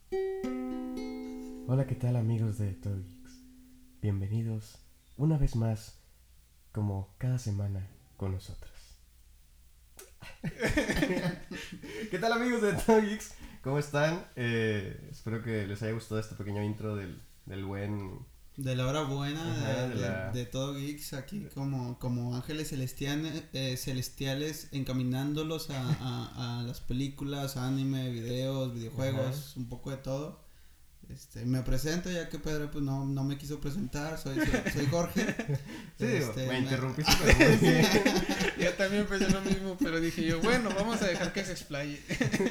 Hola, ¿qué tal amigos de Todo Geeks? Bienvenidos una vez más, como cada semana, con nosotros. ¿Qué tal amigos de Todo Geeks? ¿Cómo están? Espero que les haya gustado este pequeño intro del buen... De la hora buena Ajá, de la... de todo Geeks, aquí como ángeles celestiales encaminándolos a las películas, anime, videos, videojuegos, Ajá. un poco de todo. Me presento ya que Pedro pues no me quiso presentar, soy Jorge. Sí, digo, me Me- interrumpiste, pero muy bien. Yo también pensé lo mismo, pero dije yo, bueno, vamos a dejar que se explaye.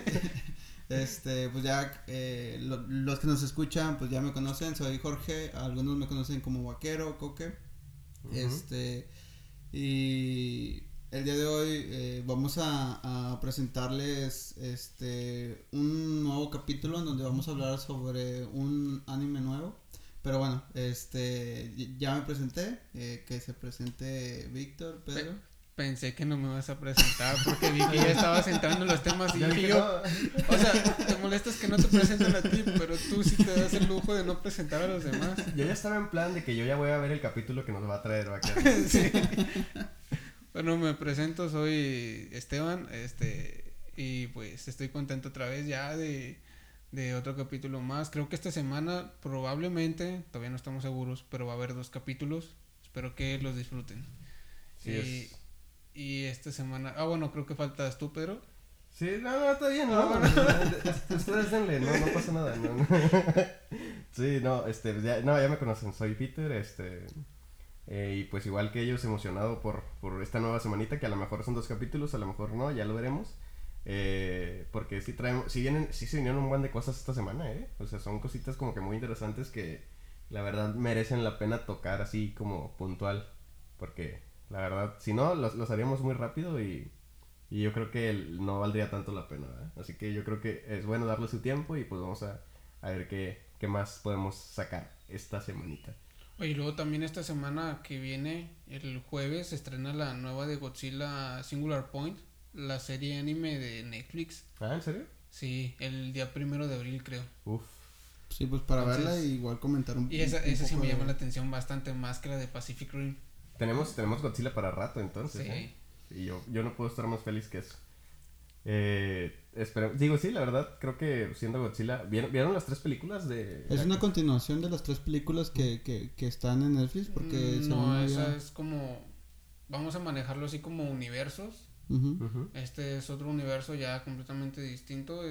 Pues ya los que nos escuchan pues ya me conocen, soy Jorge, algunos me conocen como Vaquero, Coque. Ujú. Este, y el día de hoy vamos a presentarles un nuevo capítulo en donde vamos a hablar sobre un anime nuevo. Pero bueno, ya me presenté, que se presente Víctor, Pedro. Pensé que no me vas a presentar porque vi que ya estabas entrando en los temas y Ya dije dije, yo, no. o sea, te molestas que no te presenten a ti, pero tú sí te das el lujo de no presentar a los demás. Yo ya estaba en plan de que yo ya voy a ver el capítulo que nos va a traer vaquero. Sí. Bueno, me presento, soy Esteban, y pues estoy contento otra vez ya de otro capítulo más. Creo que esta semana probablemente, todavía no estamos seguros, pero va a haber 2 capítulos. Espero que los disfruten. Sí, Y, es... y esta semana, bueno, creo que faltas tú, Pedro. Sí, no, está bien, ¿no? Bueno. Ustedes denle, no pasa nada, no. Sí, no, ya me conocen, soy Peter, y pues igual que ellos, emocionado por esta nueva semanita, que a lo mejor son 2 capítulos, a lo mejor no, ya lo veremos. Porque sí traemos, sí se vinieron un buen de cosas esta semana, o sea, son cositas como que muy interesantes que la verdad merecen la pena tocar así como puntual, porque la verdad, si no, los haríamos muy rápido y yo creo que no valdría tanto la pena, ¿verdad? Así que yo creo que es bueno darle su tiempo y pues vamos a ver qué más podemos sacar esta semanita. Oye, y luego también esta semana que viene, el jueves, se estrena la nueva de Godzilla Singular Point, la serie anime de Netflix. Ah, ¿en serio? Sí, el día 1 de abril creo. Uf. Sí, pues para verla Entonces, y igual comentar y esa sí poco me llama la de... atención bastante más que la de Pacific Rim. Tenemos Godzilla para rato entonces, Sí. Y yo no puedo estar más feliz que eso. Digo, sí, la verdad, creo que siendo Godzilla. ¿Vieron las 3 películas de.? Es una continuación de las tres películas que están en Netflix porque según No, esa había... es como, vamos a manejarlo así como universos. Ujú. Ujú. Este es otro universo ya completamente distinto,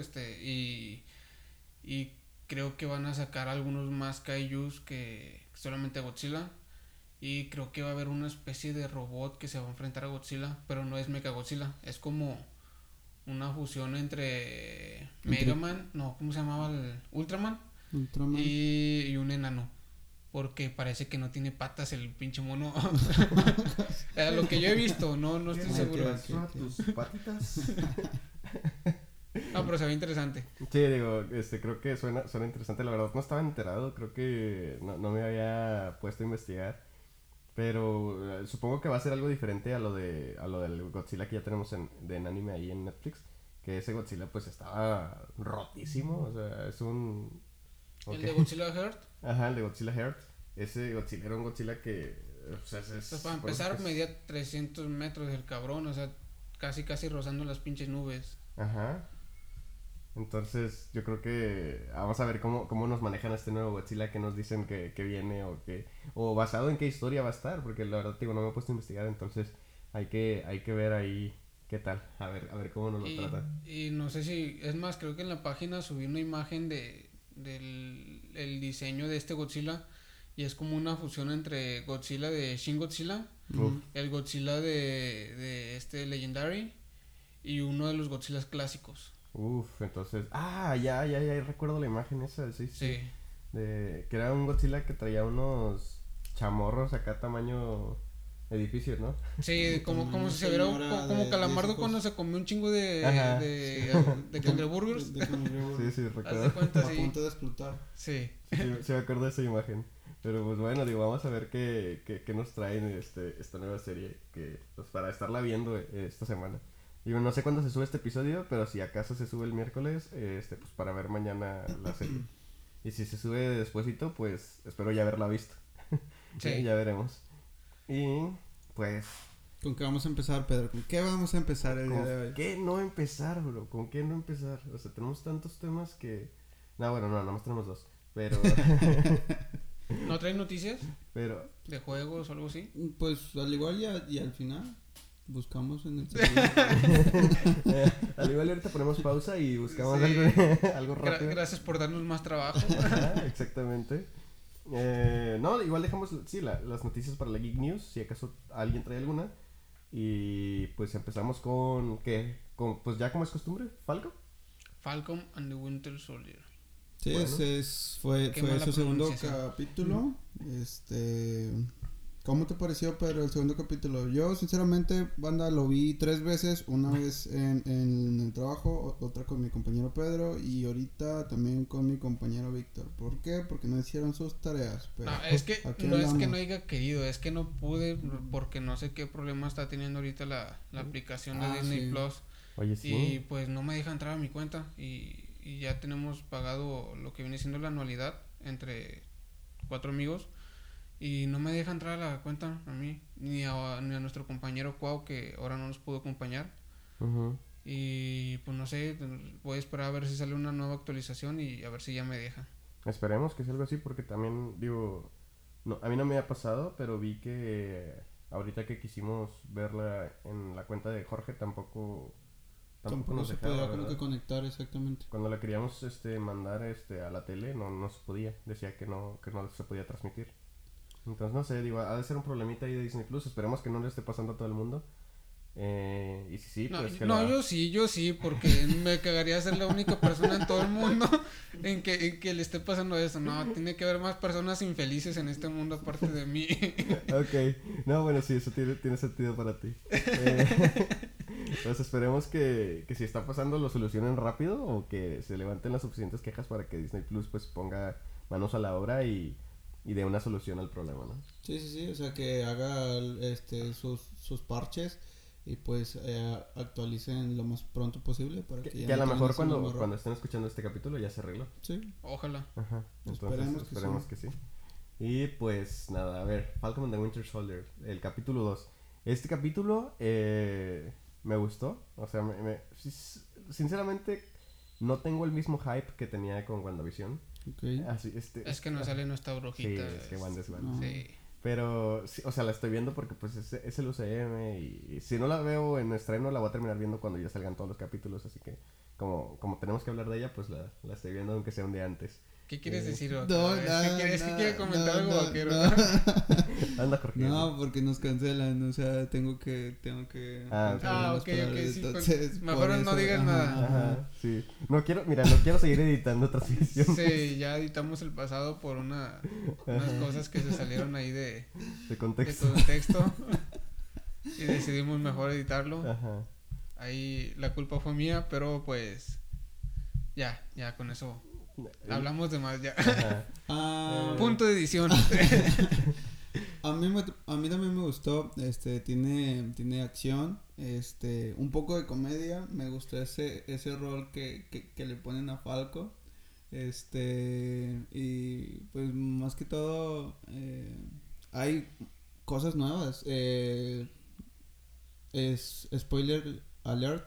y creo que van a sacar algunos más kaijus que solamente Godzilla. Y creo que va a haber una especie de robot que se va a enfrentar a Godzilla, pero no es Mechagodzilla, es como una fusión entre Entre Mega Man, no, ¿cómo se llamaba? El Ultraman Ultraman. y un enano. Porque parece que no tiene patas el pinche mono. Lo que yo he visto, no ¿Qué estoy me seguro. pasó a tus patitas? No, pero se ve interesante. Sí, digo, creo que suena interesante. La verdad, no estaba enterado. Creo que no me había puesto a investigar. Pero supongo que va a ser algo diferente a lo del Godzilla que ya tenemos en anime ahí en Netflix. Que ese Godzilla pues estaba rotísimo. O sea, es un... El Ok. de Godzilla Heart, Ajá, el de Godzilla Heart. Ese Godzilla era un Godzilla que... O sea, pues para por eso que empezar es... medía 300 metros el cabrón, o sea, casi rozando las pinches nubes. Ajá. Entonces yo creo que vamos a ver cómo nos manejan este nuevo Godzilla que nos dicen que viene o basado en qué historia va a estar, porque la verdad digo no me he puesto a investigar, entonces hay que ver ahí qué tal, a ver cómo nos lo Y, tratan. y no sé si, es más, creo que en la página subí una imagen del el diseño de este Godzilla y es como una fusión entre Godzilla de Shin Godzilla, Uf, Ujú. el Godzilla de este Legendary y uno de los Godzillas clásicos. entonces, ya recuerdo la imagen esa, sí, sí, Sí, de que era un Godzilla que traía unos chamorros acá tamaño edificio, ¿no? sí, Como como tamaño si se viera señora como de 10 Calamardo cuando ojos. se comió un chingo de, Ajá, de cangreburgers. De sí, cangreburger. sí, Haz de recuerdo. cuenta, A sí. punto de explotar. Sí. Sí, me acuerdo de esa imagen. Pero pues bueno, digo, vamos a ver qué nos traen esta nueva serie que pues para estarla viendo esta semana. Digo, no sé cuándo se sube este episodio, pero si acaso se sube el miércoles, pues para ver mañana la serie. Y si se sube despuesito, pues espero ya haberla visto. Sí. Ya veremos. Y pues, ¿Con qué vamos a empezar, Pedro? ¿Con qué vamos a empezar el día de ¿con hoy? qué no empezar, bro? ¿Con qué no empezar? O sea, tenemos tantos temas que... No, bueno, no, nomás tenemos dos. Pero... ¿No traes noticias pero... de juegos o algo así? Pues al igual y al final buscamos en el celular. Al igual ahorita ponemos pausa y buscamos Sí. algo rápido. Gracias por darnos más trabajo. Ajá, exactamente. No, igual dejamos, sí, las noticias para la Geek News, si acaso alguien trae alguna. Y pues empezamos con, ¿qué? Con, pues ya como es costumbre, Falco. Falcon and the Winter Soldier. Sí, Bueno. fue Qué mala su segundo pronunciación. capítulo. ¿Cómo te pareció, Pedro, el segundo capítulo? Yo, sinceramente, banda, lo vi 3 veces. Una vez en el trabajo, otra con mi compañero Pedro y ahorita también con mi compañero Víctor. ¿Por qué? Porque no hicieron sus tareas. Pero No, es que aquí no es que andamos. no haya querido, es que no pude porque no sé qué problema está teniendo ahorita la aplicación de Ah, Disney sí. Plus. Oye, sí. Y pues no me deja entrar a mi cuenta y ya tenemos pagado lo que viene siendo la anualidad entre 4 amigos y no me deja entrar a la cuenta a mí ni a nuestro compañero Cuau que ahora no nos pudo acompañar Ujú. y pues no sé, voy a esperar a ver si sale una nueva actualización y a ver si ya me deja. Esperemos que sea algo así porque también, digo, no, a mí no me ha pasado, pero vi que ahorita que quisimos verla en la cuenta de Jorge tampoco Tampoco nos se dejaba, podía como que ¿verdad? conectar exactamente. Cuando la queríamos mandar a la tele no se podía, decía que no se podía transmitir. Entonces no sé, digo, ha de ser un problemita ahí de Disney Plus, esperemos que no le esté pasando a todo el mundo. Y si sí, No, pues que no, la... yo sí, porque me cagaría ser la única persona en todo el mundo en que le esté pasando eso. No, tiene que haber más personas infelices en este mundo aparte de mí. Ok, no, bueno, sí, eso tiene sentido para ti. Pues esperemos que si está pasando lo solucionen rápido o que se levanten las suficientes quejas para que Disney Plus pues ponga manos a la obra y dé una solución al problema, ¿no? Sí, sí, sí, o sea que haga sus parches y pues actualicen lo más pronto posible para que ya Que a no lo tengan mejor ese mismo cuando error. estén escuchando este capítulo ya se arregló. Sí, Ojalá. Ajá, entonces Esperemos esperemos que que sí. Y pues nada, a ver, Falcon and the Winter Soldier, el capítulo 2. Este capítulo me gustó, o sea, sinceramente no tengo el mismo hype que tenía con WandaVision. ok. Así, Es que no sale nuestra Sí, brujita. es que Wanda es Wanda. No. Sí. Pero, sí, o sea, la estoy viendo porque pues es el UCM y si no la veo en estreno la voy a terminar viendo cuando ya salgan todos los capítulos, así que como tenemos que hablar de ella, pues la estoy viendo aunque sea un día antes. ¿Qué quieres decir, No, Vaquero? Es que quiere comentar algo, Vaquero. Anda, Jorge. No, porque nos cancelan, o sea, tengo que Ah, cancelar Ah, las ok, palabras, sí. entonces, Mejor por no eso, digas ajá, nada. Ajá, sí. No quiero seguir editando transmisiones Sí, ya editamos el pasado por unas cosas que se salieron ahí de de contexto. contexto y decidimos mejor editarlo. Ajá. Ahí la culpa fue mía, pero pues ya con eso hablamos de más ya. Ajá. Ah, Punto de edición. a mí también me gustó, tiene acción, un poco de comedia, me gustó ese rol que le ponen a Falco, y pues más que todo, hay cosas nuevas, es spoiler alert,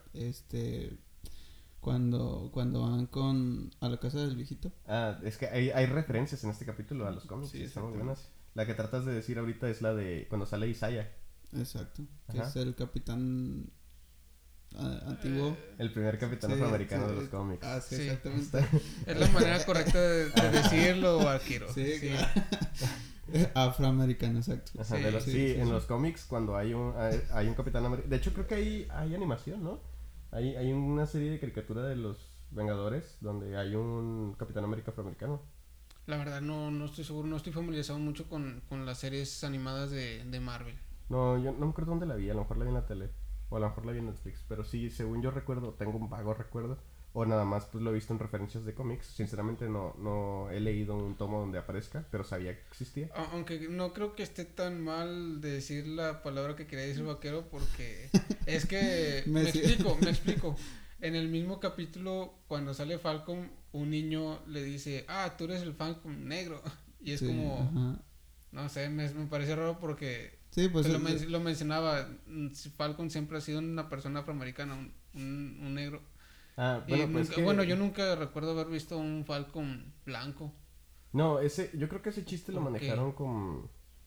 cuando van a la casa del viejito. Es que hay referencias en este capítulo a los cómics, Sí, y están muy exactamente. buenas. La que tratas de decir ahorita es la de cuando sale Isaiah, Exacto, que Ajá. es el capitán antiguo. el primer capitán Sí, afroamericano sí, de los cómics. Ah, sí, Sí. exactamente. Es la manera correcta de decirlo, Vaquero. Sí, claro. Afroamericano, exacto. Ajá, Sí, sí, en los cómics cuando hay un capitán americano. De hecho creo que hay animación, ¿no? Hay una serie de caricatura de los Vengadores donde hay un Capitán América afroamericano. La verdad no estoy seguro, no estoy familiarizado mucho con las series animadas de Marvel. No, yo no me acuerdo dónde la vi, a lo mejor la vi en la tele o a lo mejor la vi en Netflix, pero sí, según yo recuerdo, tengo un vago recuerdo o nada más pues lo he visto en referencias de cómics. Sinceramente no he leído un tomo donde aparezca, pero sabía que existía. Aunque no creo que esté tan mal de decir la palabra que quería decir vaquero, porque es que me explico. En el mismo capítulo, cuando sale Falcon, un niño le dice, tú eres el Falcon negro. Y es Sí, como, ajá. no sé, me parece raro porque Sí, pues lo mencionaba. Falcon siempre ha sido una persona afroamericana, un negro. Y Bueno, pues que... bueno, yo nunca recuerdo haber visto un Falcon blanco. No, yo creo que ese chiste lo ¿Por qué? manejaron con...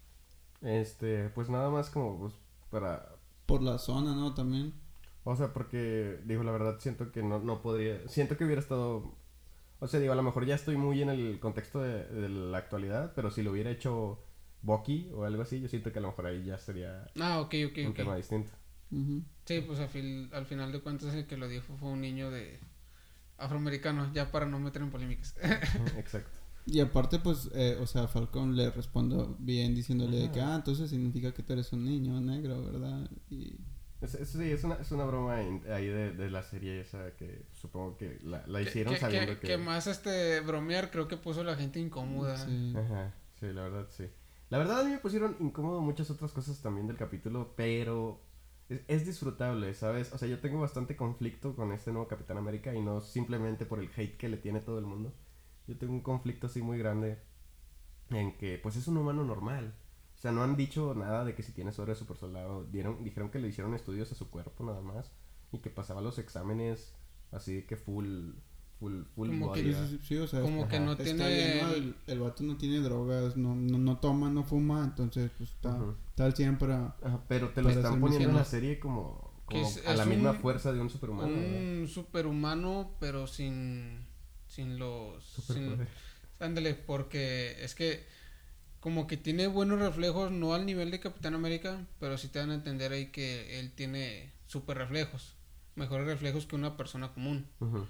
pues nada más como pues para... por la zona, ¿no? También. O sea, porque, digo, la verdad siento que no podría... Siento que hubiera estado... O sea, digo, a lo mejor ya estoy muy en el contexto de la actualidad, pero si lo hubiera hecho Bucky o algo así, yo siento que a lo mejor ahí ya sería Ok. un tema distinto. Ujú. Sí, pues al final de cuentas el que lo dijo fue un niño de afroamericano, ya para no meter en polémicas. Exacto. Y aparte, pues, o sea, Falcon le responde bien diciéndole de que, Ajá. entonces significa que tú eres un niño negro, ¿verdad? Y Sí, es una broma ahí de la serie esa que supongo que la hicieron sabiendo que más bromear creo que puso a la gente incómoda. sí. Ajá, sí, la verdad sí. La verdad a mí me pusieron incómodo muchas otras cosas también del capítulo, pero es disfrutable, ¿sabes? O sea, yo tengo bastante conflicto con este nuevo Capitán América y no simplemente por el hate que le tiene todo el mundo. Yo tengo un conflicto así muy grande en que pues es un humano normal. O sea, no han dicho nada de que si tiene suero de super soldado. Dijeron que le hicieron estudios a su cuerpo nada más y que pasaba los exámenes así que full Como body, que, Sí, ¿verdad? sí, o sea, como que Ajá. no está tiene lleno, el vato no tiene drogas, no toma, no fuma, entonces pues Ujú. está al 100 para, Ajá, pero te lo para están hacer poniendo en la misiones. serie como que a la es misma fuerza de un superhumano, ¿verdad? un superhumano, pero sin los Superpoder. ándale, porque es que como que tiene buenos reflejos, no al nivel de Capitán América, pero sí te dan a entender ahí que él tiene super reflejos, mejores reflejos que una persona común. Ujú.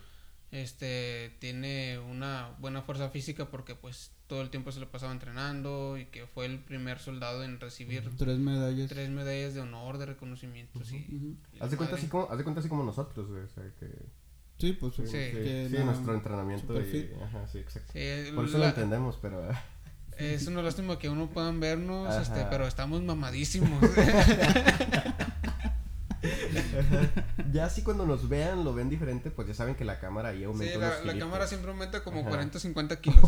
Tiene una buena fuerza física porque pues todo el tiempo se lo pasaba entrenando y que fue el primer soldado en recibir 3 medallas. 3 medallas de honor, de reconocimientos Ujú. y la Haz de cuenta madre. así como nosotros, güey, o sea que Sí, pues sí, Sí, que sí, nuestro entrenamiento super y fit. ajá, sí, exacto. sí, Por eso lo entendemos, pero es una lástima que uno puedan vernos, ajá. pero estamos mamadísimos. Ya así cuando nos vean, lo ven diferente, pues ya saben que la cámara ahí Sí, aumenta unos la kilitos. cámara siempre aumenta como Ajá. 40 o 50 kilos.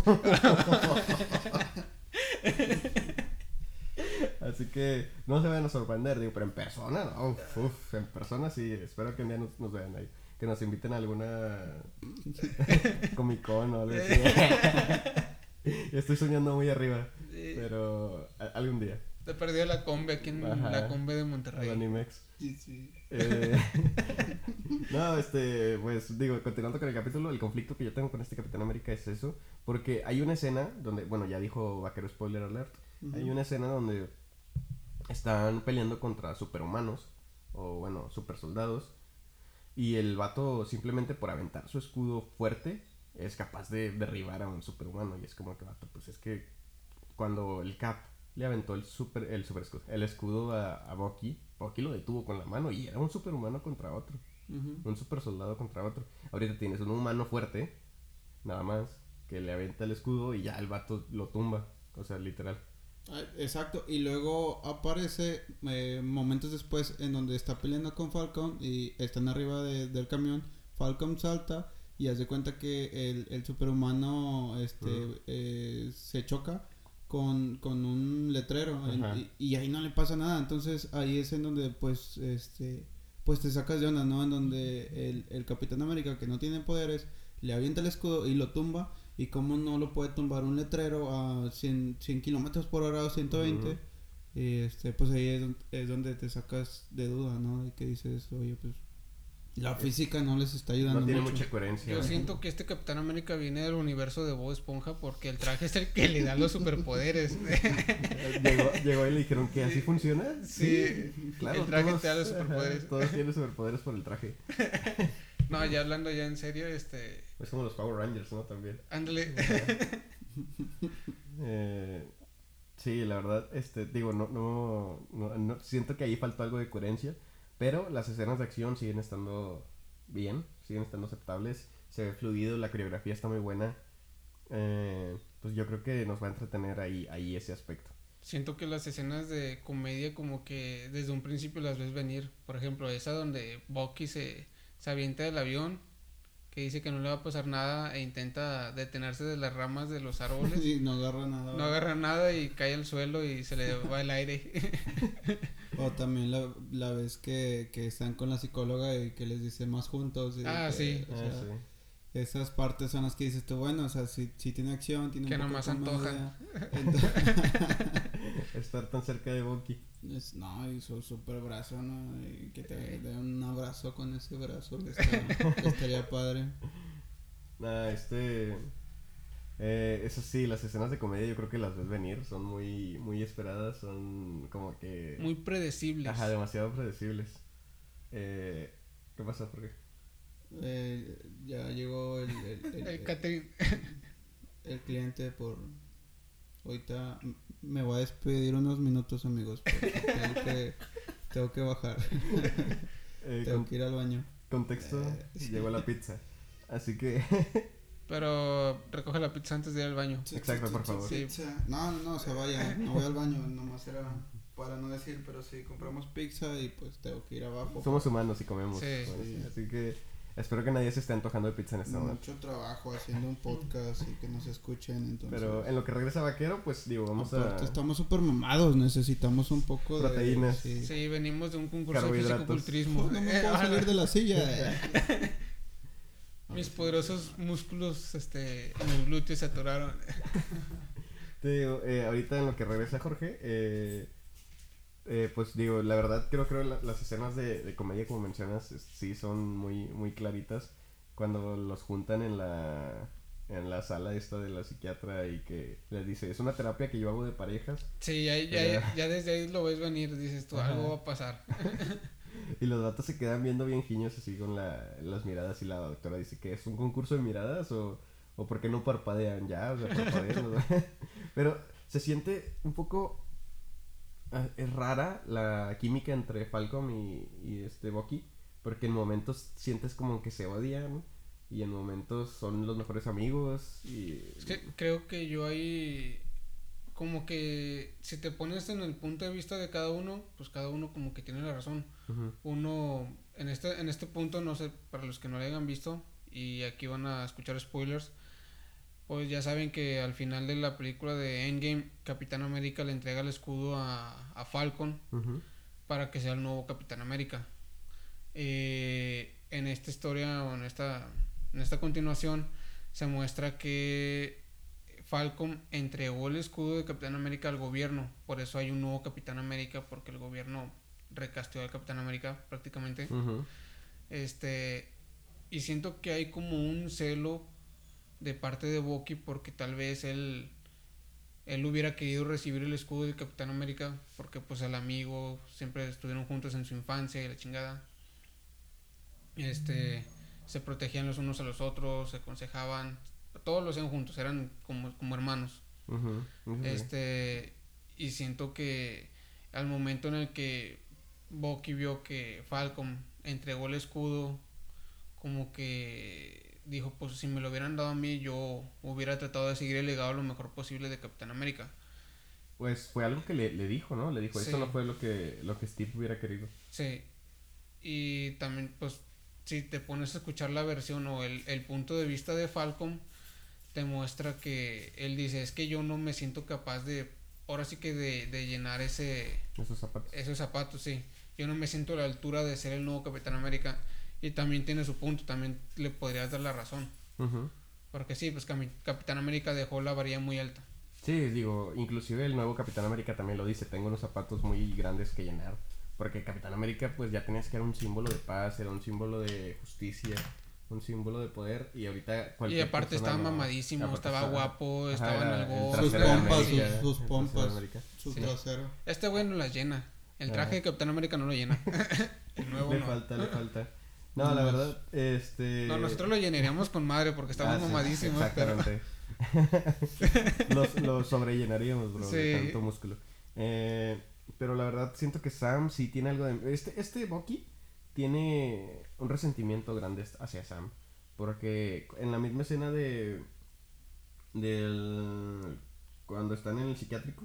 Así que no se vayan a sorprender, digo, pero en persona, no, en persona sí, espero que un día nos vean ahí, que nos inviten a alguna Comic Con o algo así. Estoy soñando muy arriba, pero algún día. Te perdió la combe aquí en Ajá. la combe de Al Monterrey. Animex. Sí. No, pues digo, continuando con el capítulo, el conflicto que yo tengo con este Capitán América es eso, porque hay una escena donde, bueno, ya dijo Vaquero Spoiler Alert, hay una escena donde están peleando contra superhumanos, o bueno, super soldados, y el vato simplemente por aventar su escudo fuerte es capaz de derribar a un superhumano, y es como que vato, pues es que cuando el Cap le aventó el escudo a Bucky, Bucky lo detuvo con la mano y era un superhumano contra otro. Un super soldado contra otro. Ahorita tienes un humano fuerte, nada más, que le avienta el escudo y ya el vato lo tumba. O sea, literal. Exacto, y luego aparece momentos después en donde está peleando con Falcon y están arriba del camión. Falcon salta y hace cuenta que el superhumano se choca con un letrero Ajá. y ahí no le pasa nada. Entonces ahí es en donde pues te sacas de onda, ¿no? En donde el Capitán América, que no tiene poderes, le avienta el escudo y lo tumba. Y cómo no lo puede tumbar un letrero a 100 kilómetros por hora o 120. Ujú. Pues ahí es donde te sacas de duda, ¿no? De que dices, oye, pues la física no les está ayudando No tiene mucho. mucha coherencia. Yo siento que este Capitán América viene del universo de Bob Esponja porque el traje es el que le da los superpoderes. Llegó y le dijeron que así funciona. Sí, Claro, el traje todos, te da los superpoderes. ajá, todos tienen superpoderes por el traje. No, ya hablando ya en serio, Es como los Power Rangers, ¿no? También. ándale. Eh, sí, la verdad, digo, no, siento que ahí faltó algo de coherencia, pero las escenas de acción siguen estando bien, siguen estando aceptables. se ve fluido, la coreografía está muy buena. Pues yo creo que nos va a entretener ahí ese aspecto. Siento que las escenas de comedia como que desde un principio las ves venir. Por ejemplo, esa donde Bucky se avienta del avión, que dice que no le va a pasar nada e intenta detenerse de las ramas de los árboles. Y no agarra nada. No agarra nada y cae al suelo y se le va el aire. O también la vez que están con la psicóloga y que les dice más juntos. Ah, sí. O sea, esas partes son las que dices tú, bueno, o sea, si tiene acción, tiene que un poco nomás de antojan. Estar tan cerca de Bucky. No, y su super brazo, ¿no? Y que te dé un abrazo con ese brazo, estaría padre. Eso sí, las escenas de comedia yo creo que las ves venir, son muy, muy esperadas, son como que... Muy predecibles. Ajá, demasiado predecibles. ¿Qué pasa, Jorge? Ya llegó El catering. el cliente por... Ahorita me voy a despedir unos minutos, amigos, porque tengo que bajar. Tengo que ir al baño. Contexto, llegó la pizza. Así que... Pero recoge la pizza antes de ir al baño. Exacto, por favor. Sí. No, se vaya, no voy al baño, nomás era para no decir, pero sí, compramos pizza y pues tengo que ir abajo. Somos humanos y comemos. Sí. Así que espero que nadie se esté antojando de pizza en este momento. Mucho trabajo haciendo un podcast y que nos escuchen, entonces. Pero en lo que regresa Vaquero, pues digo, vamos a... Estamos súper mamados, necesitamos un poco proteínas. Sí, venimos de un concurso de Carbohidratos. fisicoculturismo. No me puedo salir de la silla. Mis poderosos músculos en el glúteo se atoraron. Te digo, ahorita en lo que regresa Jorge, pues digo, la verdad creo las escenas de comedia como mencionas sí son muy, muy claritas cuando los juntan en la sala esta de la psiquiatra y que les dice, es una terapia que yo hago de parejas. Sí, ya desde ahí lo ves venir, dices tú, algo va a pasar. Y los datos se quedan viendo bien giños así con las miradas y la doctora dice que es un concurso de miradas o por qué no parpadean ya, o sea, parpadean, ¿no? Pero se siente un poco es rara la química entre Falcom y Bucky, porque en momentos sientes como que se odian y en momentos son los mejores amigos y... Es que creo que yo ahí como que si te pones en el punto de vista de cada uno, pues cada uno como que tiene la razón. Uh-huh. Uno en este punto, no sé, para los que no lo hayan visto y aquí van a escuchar spoilers, pues ya saben que al final de la película de Endgame, Capitán América le entrega el escudo a Falcon Uh-huh. para que sea el nuevo Capitán América. En esta historia o en esta continuación se muestra que Falcon entregó el escudo de Capitán América al gobierno, por eso hay un nuevo Capitán América, porque el gobierno recasteó al Capitán América prácticamente. Uh-huh. Y siento que hay como un celo de parte de Bucky porque tal vez él hubiera querido recibir el escudo del Capitán América porque pues el amigo siempre estuvieron juntos en su infancia y la chingada. Se protegían los unos a los otros, se aconsejaban, todos lo hacían juntos, eran como hermanos. Uh-huh. Uh-huh. Y siento que al momento en el que Bucky vio que Falcon entregó el escudo, como que dijo, pues si me lo hubieran dado a mí, yo hubiera tratado de seguir el legado lo mejor posible de Capitán América. Pues fue algo que le dijo, ¿no? Le dijo, Sí. Esto no fue lo que Steve hubiera querido. Sí. Y también, pues, si te pones a escuchar la versión o el punto de vista de Falcon, te muestra que él dice, es que yo no me siento capaz de, ahora sí que de llenar Esos zapatos. esos zapatos, sí. Yo no me siento a la altura de ser el nuevo Capitán América. Y también tiene su punto, también le podrías dar la razón. Uh-huh. Porque sí, pues Capitán América dejó la varilla muy alta. Sí, digo, inclusive el nuevo Capitán América también lo dice, tengo unos zapatos muy grandes que llenar. Porque Capitán América pues ya tenías que era un símbolo de paz, era un símbolo de justicia, un símbolo de poder y ahorita Y aparte estaba mamadísimo, estaba guapo, estaba en algo... Sus pompas, su Sí. trasero. Este güey no las llena. El traje de Capitán América no lo llena. El nuevo le no. falta. No, la verdad, No, nosotros lo llenaríamos con madre porque estamos sí, mamadísimos. exactamente. Lo sobrellenaríamos, bro, Sí. de tanto músculo. Pero la verdad siento que Sam sí tiene algo de... Este Bucky tiene un resentimiento grande hacia Sam. Porque en la misma escena del cuando están en el psiquiátrico,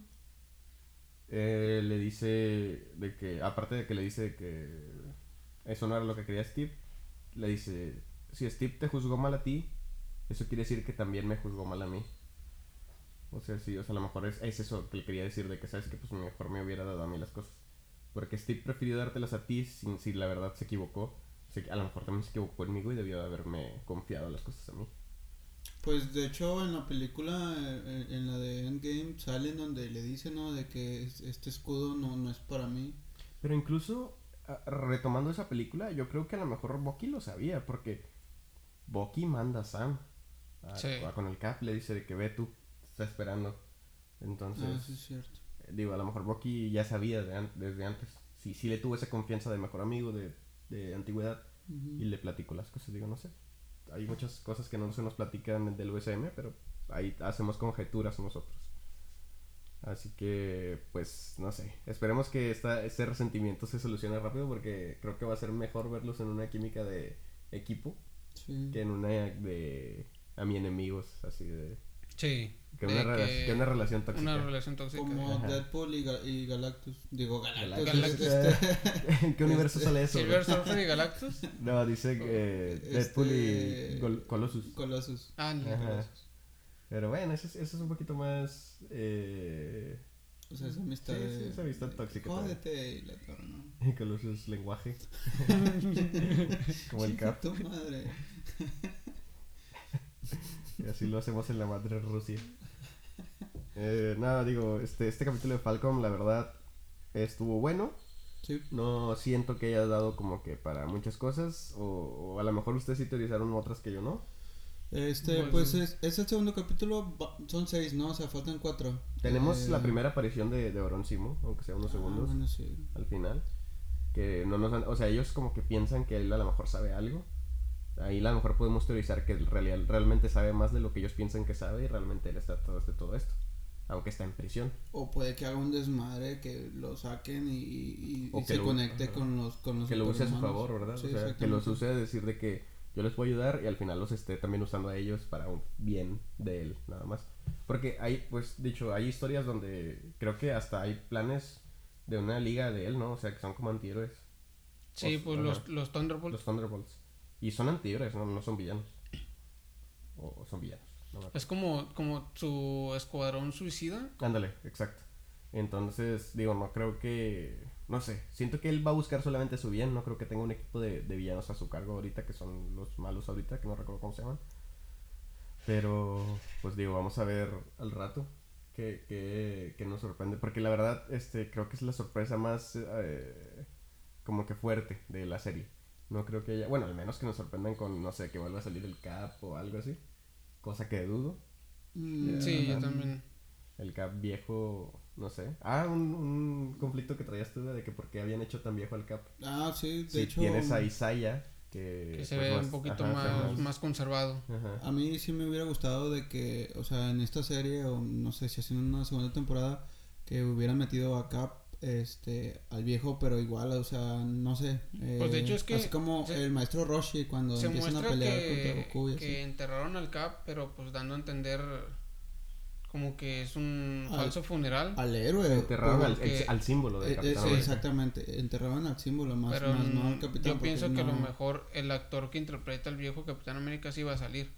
le dice de que, aparte de que le dice que eso no era lo que quería Steve, le dice, si Steve te juzgó mal a ti, eso quiere decir que también me juzgó mal a mí. O sea, sí, o sea, a lo mejor es eso que le quería decir, de que sabes que pues mejor me hubiera dado a mí las cosas. Porque Steve prefirió dártelas a ti sin si la verdad se equivocó. O sea, a lo mejor también se equivocó conmigo y debió de haberme confiado las cosas a mí. Pues de hecho en la película, en la de Endgame, salen donde le dicen, ¿no? De que este escudo no es para mí. Pero incluso, retomando esa película, yo creo que a lo mejor Bucky lo sabía, porque Bucky manda a Sam Sí. con el Cap, le dice de que ve tú, te está esperando. Entonces, Ah, sí es cierto. digo, a lo mejor Bucky ya sabía desde antes. Sí le tuvo esa confianza de mejor amigo de antigüedad y le platicó las cosas, digo, no sé. Hay muchas cosas que no se nos platican del USM, pero ahí hacemos conjeturas nosotros. Así que, pues, no sé. Esperemos que este resentimiento se solucione rápido porque creo que va a ser mejor verlos en una química de equipo Sí. que en una de a mi enemigos, así de... Sí. Que una relación tóxica. Una relación tóxica. Como Ajá. Deadpool y Galactus. Digo, Galactus. Galactus. ¿En qué universo sale eso? Silver Surfer y Galactus. No, dice Deadpool y Colossus. Colossus. Ah, no, Ajá. Colossus. Pero bueno, eso es un poquito más... O sea, esa amistad. Sí, esa amistad tóxica también. Jódete y la torre, ¿no? Y Colossus lenguaje. Como el Cap. Tu madre. Y así lo hacemos en la madre Rusia. Nada, digo, este capítulo de Falcon, la verdad, estuvo bueno. Sí. No siento que haya dado como que para muchas cosas. O a lo mejor ustedes sí teorizaron otras que yo no. Pues es el segundo capítulo, son 6, ¿no? O sea, faltan 4. Tenemos la primera aparición de Oron Simo, aunque sea unos segundos Bueno, sí. al final. Que no nos o sea, ellos como que piensan que él a lo mejor sabe algo. Ahí a lo mejor podemos teorizar que realmente sabe más de lo que ellos piensan que sabe y realmente él está todo esto. Aunque está en prisión. O puede que haga un desmadre, que lo saquen y O que se lo- conecte ajá. con los Que lo use a su superhumanos. favor, ¿verdad? Sí, O sea, que exactamente. los use a decir de que yo les puedo ayudar y al final los esté también usando a ellos para un bien de él, nada más. Porque hay, pues, dicho, hay historias donde creo que hasta hay planes de una liga de él, ¿no? O sea, que son como antihéroes. Sí, pues Ajá. los Thunderbolts. Los Thunderbolts. Y son antihéroes, no son villanos. O son villanos. No me acuerdo. Es como su escuadrón suicida. Ándale, exacto. Entonces, digo, no creo que... No sé, siento que él va a buscar solamente su bien. No creo que tenga un equipo de villanos a su cargo ahorita, que son los malos ahorita, que no recuerdo cómo se llaman. Pero, pues digo, vamos a ver al rato qué nos sorprende. Porque la verdad, creo que es la sorpresa más como que fuerte de la serie. No creo que haya... Bueno, al menos que nos sorprendan con, no sé, que vuelva a salir el Cap o algo así. Cosa que dudo. Sí, yo Ajá. también. El Cap viejo, no sé. Ah, un conflicto que traías tú de que por qué habían hecho tan viejo al Cap. Ah, sí, de Si hecho. tienes a Isaiah, que Se pues, ve un poquito ajá, más conservado. Ajá. A mí sí me hubiera gustado de que, o sea, en esta serie, o no sé si haciendo una segunda temporada, que hubieran metido a Cap, al viejo, pero igual, o sea, no sé. Pues de hecho es que así como el maestro Roshi cuando Se empiezan a muestra pelear contra Goku y que así. enterraron al Cap, pero pues dando a entender como que es un Al- falso funeral. Al héroe. Enterraron porque- al símbolo de Capitán América. Exactamente, enterraban al símbolo más, Pero más no al capitán. yo pienso porque que a lo no- mejor el actor que interpreta al viejo Capitán América sí va a salir.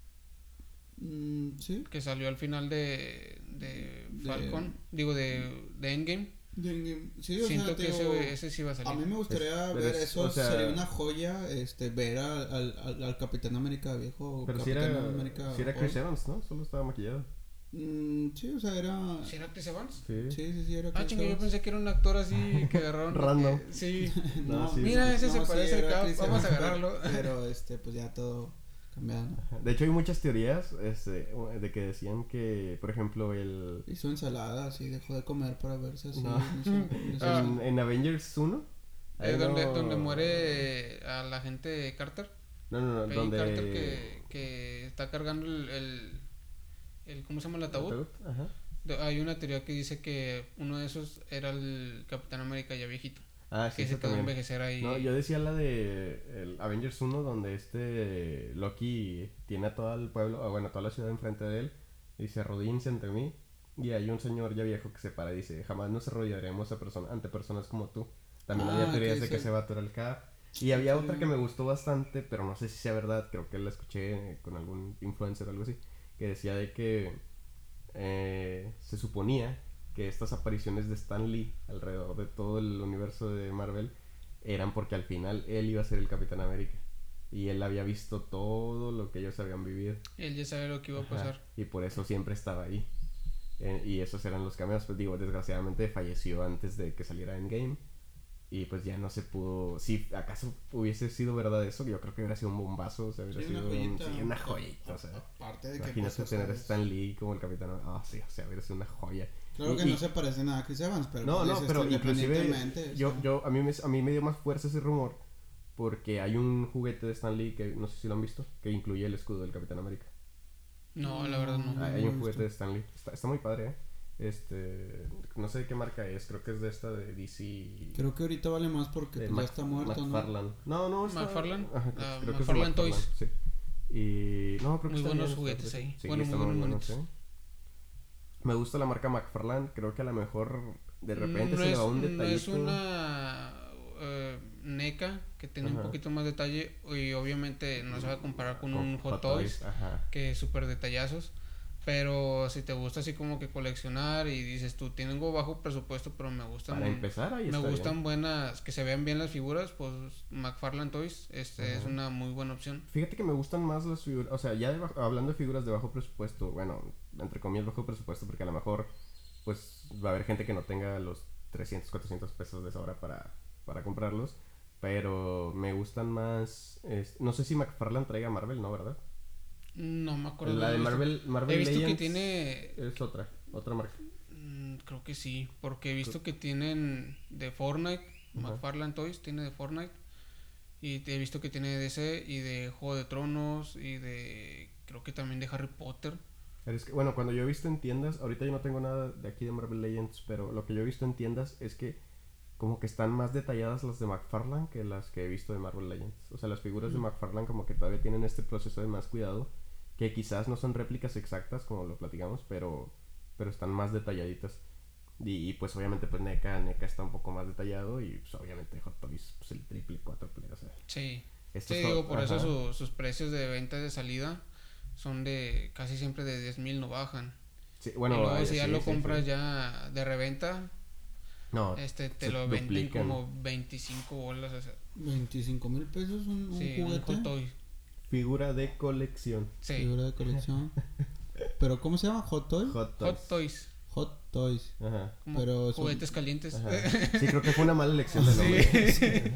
Sí. Que salió al final de Falcon. Digo, de Endgame. Sí, o Siento sea, que digo, ese sí va a salir. a mí me gustaría Es- ver pero es- eso, o sea- sería una joya, ver al Capitán América viejo, Pero si Capitán era, América si era Chris joven. Evans, ¿no? Solo estaba maquillado. Sí, o sea, era... ¿Sí era Chris Evans? Sí. Sí, era Ah, Chris chinga, yo Evans. pensé que era un actor así que agarraron. Random. Sí. No, sí, Mira, ese se sí, parece al era Cap, Chris vamos a Evans, agarrarlo. Pero, pues ya todo cambiado, ¿no? De hecho, hay muchas teorías de que decían que, por ejemplo, el... Hizo ensalada, así, dejó de comer para verse así. No. no sé. Ah. En Avengers 1. ahí Donde muere a la gente de Carter. No, Peggy donde... Carter que está cargando el ¿cómo se llama el ataúd? Ajá. Hay una teoría que dice que uno de esos era el Capitán América ya viejito. Ah, sí, que esa se quedó a también. envejecer ahí. No, yo decía la de el Avengers 1 donde Loki tiene a todo el pueblo, o bueno, toda la ciudad enfrente de él y dice arrodíllense ante mí y hay un señor ya viejo que se para y dice jamás nos arrodillaremos ante personas como tú. También había teorías de que ese vato era el Cap. Y había otra que me gustó bastante, pero no sé si sea verdad, creo que la escuché con algún influencer o algo así, que decía de que se suponía que estas apariciones de Stan Lee alrededor de todo el universo de Marvel eran porque al final él iba a ser el Capitán América y él había visto todo lo que ellos habían vivido. Él ya sabe lo que iba a pasar. Y por eso siempre estaba ahí. Y esos eran los cameos. Pues digo, desgraciadamente falleció antes de que saliera Endgame. Y pues ya no se pudo. Si acaso hubiese sido verdad eso, yo creo que hubiera sido un bombazo. O sea, hubiera sido una joyita. O sea, aparte de imagínate que tener a Stan Lee como el capitán. Sí, o sea, hubiera sido una joya. Claro que no se parece nada a Chris Evans, pero no, pero inclusive o a mí me dio más fuerza ese rumor porque hay un juguete de Stan Lee que no sé si lo han visto, que incluye el escudo del Capitán América. No, la verdad no. Hay un juguete de Stan Lee. Está muy padre, no sé de qué marca es, creo que es de esta de DC. Creo que ahorita vale más porque ya está muerto, McFarlane. No, está... McFarlane. Creo McFarlane Toys. Sí. Y no, creo que muy está buenos bien, juguetes ahí. Sí, bueno, está muy bueno, bonitos. sí. Me gusta la marca McFarlane, creo que a lo mejor de repente no se le va un detallito. No es una NECA que tiene un poquito más detalle y obviamente no se va a comparar con un Hot Toys que es súper detallazos. Pero si te gusta así como que coleccionar y dices tú, tengo bajo presupuesto, pero me gustan. Para empezar, ahí me está gustan bien. Buenas, que se vean bien las figuras, pues McFarlane Toys es una muy buena opción. Fíjate que me gustan más las figuras, o sea, ya hablando de figuras de bajo presupuesto, bueno, entre comillas bajo presupuesto, porque a lo mejor pues va a haber gente que no tenga los 300, 400 pesos de sobra para comprarlos, pero me gustan más, no sé si McFarlane traiga Marvel, ¿no? ¿Verdad? No me acuerdo. La de Marvel he visto Legends que tiene... es otra marca. Creo que sí, porque he visto que tienen de Fortnite, McFarlane Toys tiene de Fortnite, y he visto que tiene de DC y de Juego de Tronos y de... creo que también de Harry Potter. Bueno, cuando yo he visto en tiendas, ahorita yo no tengo nada de aquí de Marvel Legends, pero lo que yo he visto en tiendas es que como que están más detalladas las de McFarlane que las que he visto de Marvel Legends. O sea, las figuras de McFarlane como que todavía tienen este proceso de más cuidado, que quizás no son réplicas exactas como lo platicamos, pero están más detalladitas. Y pues obviamente pues NECA está un poco más detallado y pues obviamente Hot Toys pues el triple, cuádruple, o sea. Sí, digo, por eso sus precios de venta de salida son de casi siempre de 10,000 no bajan. Sí, bueno, y luego si ya lo compras ya de reventa, no, te lo venden como 25 bolas, o sea. 25,000 pesos un juguete. Un Hot Toy. Figura de colección. Sí. Figura de colección. ¿Pero cómo se llama? ¿Hot Toy? Hot Toys. Hot Toys. Ajá. Como pero juguetes calientes. Ajá. Sí, creo que fue una mala elección de nombre. Sí.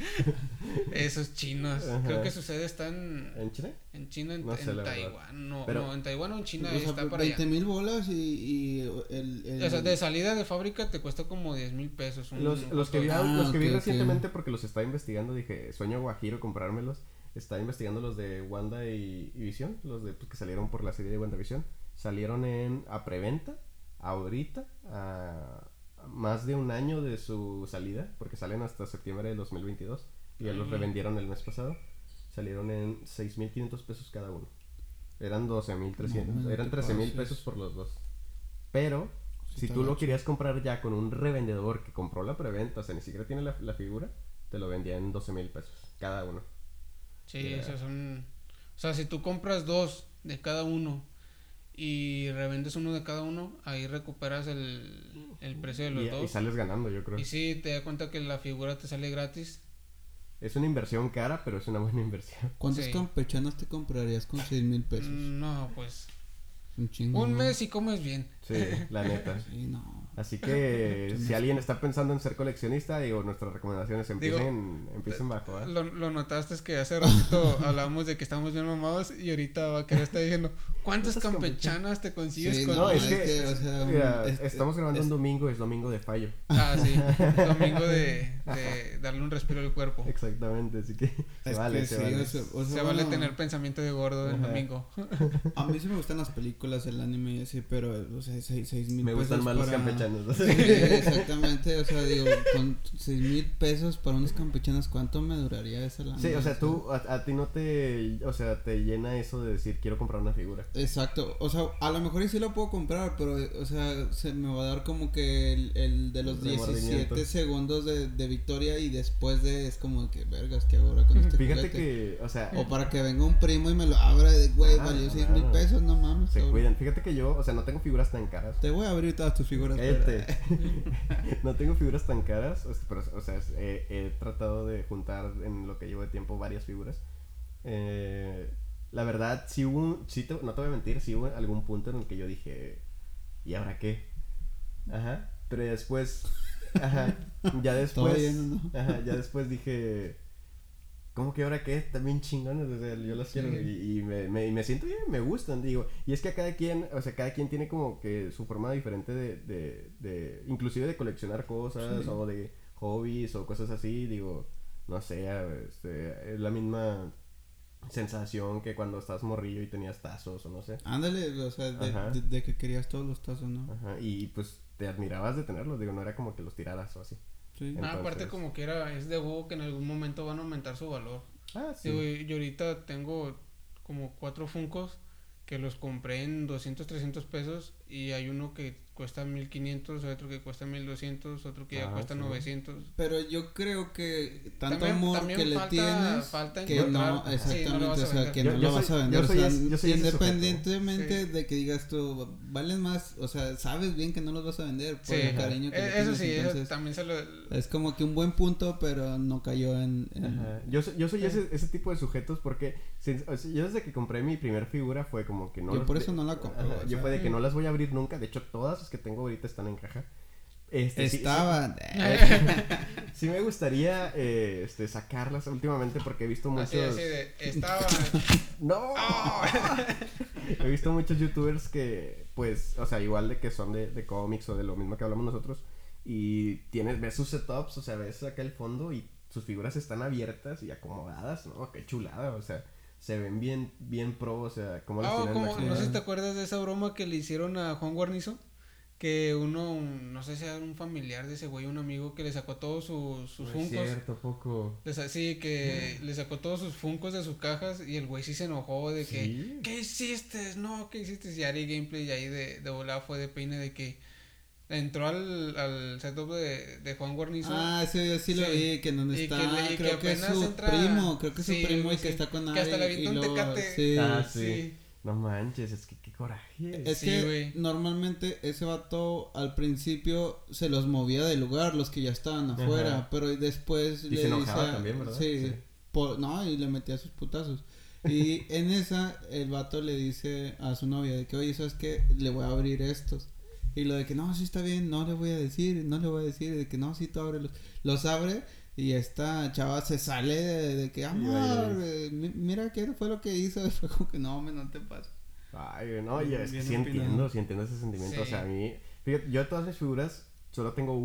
Esos chinos. Ajá. Creo que su sede está en China. En China, no sé, en Taiwán. No, pero, no, en Taiwán o en China o sea, está para allá. 20,000 bolas y el... O sea, de salida de fábrica te cuesta como 10,000 pesos. Los que vi recientemente porque los estaba investigando, dije, sueño guajiro comprármelos. Estaba investigando los de Wanda y Visión, los de pues, que salieron por la serie de WandaVision. Salieron a preventa, ahorita, a más de un año de su salida, porque salen hasta septiembre de 2022. Y ya los revendieron el mes pasado. Salieron en 6,500 pesos cada uno. Eran 12,300. Eran 13,000 pesos por los dos. Pero, si tú lo querías comprar ya con un revendedor que compró la preventa, o sea, ni siquiera tiene la figura, te lo vendía en 12,000 pesos cada uno. Sí, esos son... O sea, si tú compras dos de cada uno y revendes uno de cada uno, ahí recuperas el precio de los dos. Y sales ganando, yo creo. Y sí, te das cuenta que la figura te sale gratis. Es una inversión cara, pero es una buena inversión. ¿Cuántos campechanos te comprarías con 6,000 pesos? No, pues... Un chingo. Un mes y comes bien. Sí, la neta. Sí, no. Así que si alguien está pensando en ser coleccionista, digo, nuestras recomendaciones empiecen bajo, ¿eh? Lo notaste, es que hace ratito hablamos de que estamos bien mamados y ahorita va a querer estar diciendo, ¿Cuántas campechanas te consigues Sí, con No, es es que, que, o sea, mira, es- estamos grabando es- un domingo, es domingo de fallo. Ah, sí. Domingo de darle un respiro al cuerpo. Exactamente, así que se Es vale, que se sí, vale. Se vale tener pensamiento de gordo el Ajá. domingo. A mí sí me gustan las películas, el anime y así, pero, o sea, 6,000 Me gustan pesos más los para- campechanos. Sí, exactamente, o sea, digo, con 6,000 pesos para unos campechanos, ¿cuánto me duraría esa lana? Sí, o sea, tú, a ti no te, o sea, te llena eso de decir, quiero comprar una figura. Exacto, o sea, a lo mejor y sí lo puedo comprar, pero, o sea, se me va a dar como que el de los Remordimiento. 17 segundos de victoria y después de, es como que, vergas, ¿qué hago ahora con este Fíjate juguete? que, o sea, O para que venga un primo y me lo abra de, güey, Ah, valió no, 6,000 no. pesos, no mames. se cabrón. cuidan. Fíjate que yo, o sea, no tengo figuras tan caras. Te voy a abrir todas tus figuras. Cállate. No tengo figuras tan caras, pero, o sea, he tratado de juntar en lo que llevo de tiempo varias figuras. La verdad, no te voy a mentir, sí hubo algún punto en el que yo dije, ¿y ahora qué? Ajá, pero después, ajá, ya después, Todavía no. ajá, ya después dije, ¿cómo que ahora qué? También chingones, o sea, yo los quiero y me siento bien, me gustan, digo, y es que a cada quien, o sea, cada quien tiene como que su forma diferente inclusive de coleccionar cosas Sí. o de hobbies o cosas así, digo, no sé, es la misma sensación que cuando estás morrillo y tenías tazos o no sé. Ándale, o sea, Ajá. de que querías todos los tazos, ¿no? Ajá, y pues te admirabas de tenerlos, digo, no era como que los tiraras o así. Sí. Entonces- Aparte como que es de huevo que en algún momento van a aumentar su valor. Ah, sí. Digo, yo ahorita tengo como 4 Funkos que los compré en 200, 300 pesos y hay uno que cuesta 1500, otro que cuesta 1200, otro que ya cuesta sí. 900. Pero yo creo que tanto También- amor también que le falta- tienes falta que encontrar- no, sí, exactamente, no lo vas a o sea, vender. que Yo- no yo lo vas soy- a vender, yo soy o sea, ese- yo soy ese independientemente sujeto. de que digas tú, valen más, o sea, sabes bien que no los vas a vender por Sí, el cariño que le eso tienes, sí, eso entonces, también se lo... es como que un buen punto, pero no cayó en Ajá. Yo soy ese tipo de sujetos porque o sea, yo desde que compré mi primer figura fue como que no Yo las- por eso no la compré, Ajá, o yo sea. fue de que no las voy a abrir nunca, de hecho todas las que tengo ahorita están en caja. Sí, estaban. sí me gustaría sacarlas últimamente porque he visto muchos Así de, estaba... ¡No! ¡Oh! He visto muchos youtubers que, pues, o sea, igual de que son de cómics o de lo mismo que hablamos nosotros. Y ves sus setups, o sea, ves acá el fondo y sus figuras están abiertas y acomodadas, ¿no? Qué chulada, o sea, se ven bien pro, o sea, cómo las tienen como, acomodadas. no sé si te acuerdas de esa broma que le hicieron a Juan Guarnizo. Que no sé si era un familiar de ese güey, un amigo que le sacó todos sus No es funcos. cierto, poco. Sí, que le sacó todos sus funcos de sus cajas y el güey sí se enojó de que, ¿Sí? ¿qué hiciste? No, ¿qué hiciste? Y Ari Gameplay y ahí de volada fue de peine de que entró al setup de Juan Guarnizo. Ah, sí, yo sí lo vi, que en donde Y está, y creo que es apenas su primo, creo que es su sí, primo güey, el que sí, está con que hasta le Ari, aventó y un luego, tecate. sí. Ah, sí. No manches, es que qué coraje. Es Sí, que güey. normalmente ese vato al principio se los movía del lugar, los que ya estaban afuera, Ajá. pero después Y le se enojaba dice, también, ¿verdad? Sí, Sí. no, y le metía sus putazos. Y en esa el vato le dice a su novia de que, oye, ¿sabes qué? Le voy a abrir estos. Y lo de que, no, sí está bien, no le voy a decir, de que no, sí, tú ábrelos. Los abre y esta chava se sale de que, amor, mira qué fue lo que hizo. Y fue como que, no, no te pases. Ay, no, yo es que Bien sí opinado. entiendo ese sentimiento. Sí. O sea, a mí, fíjate, yo de todas mis figuras solo tengo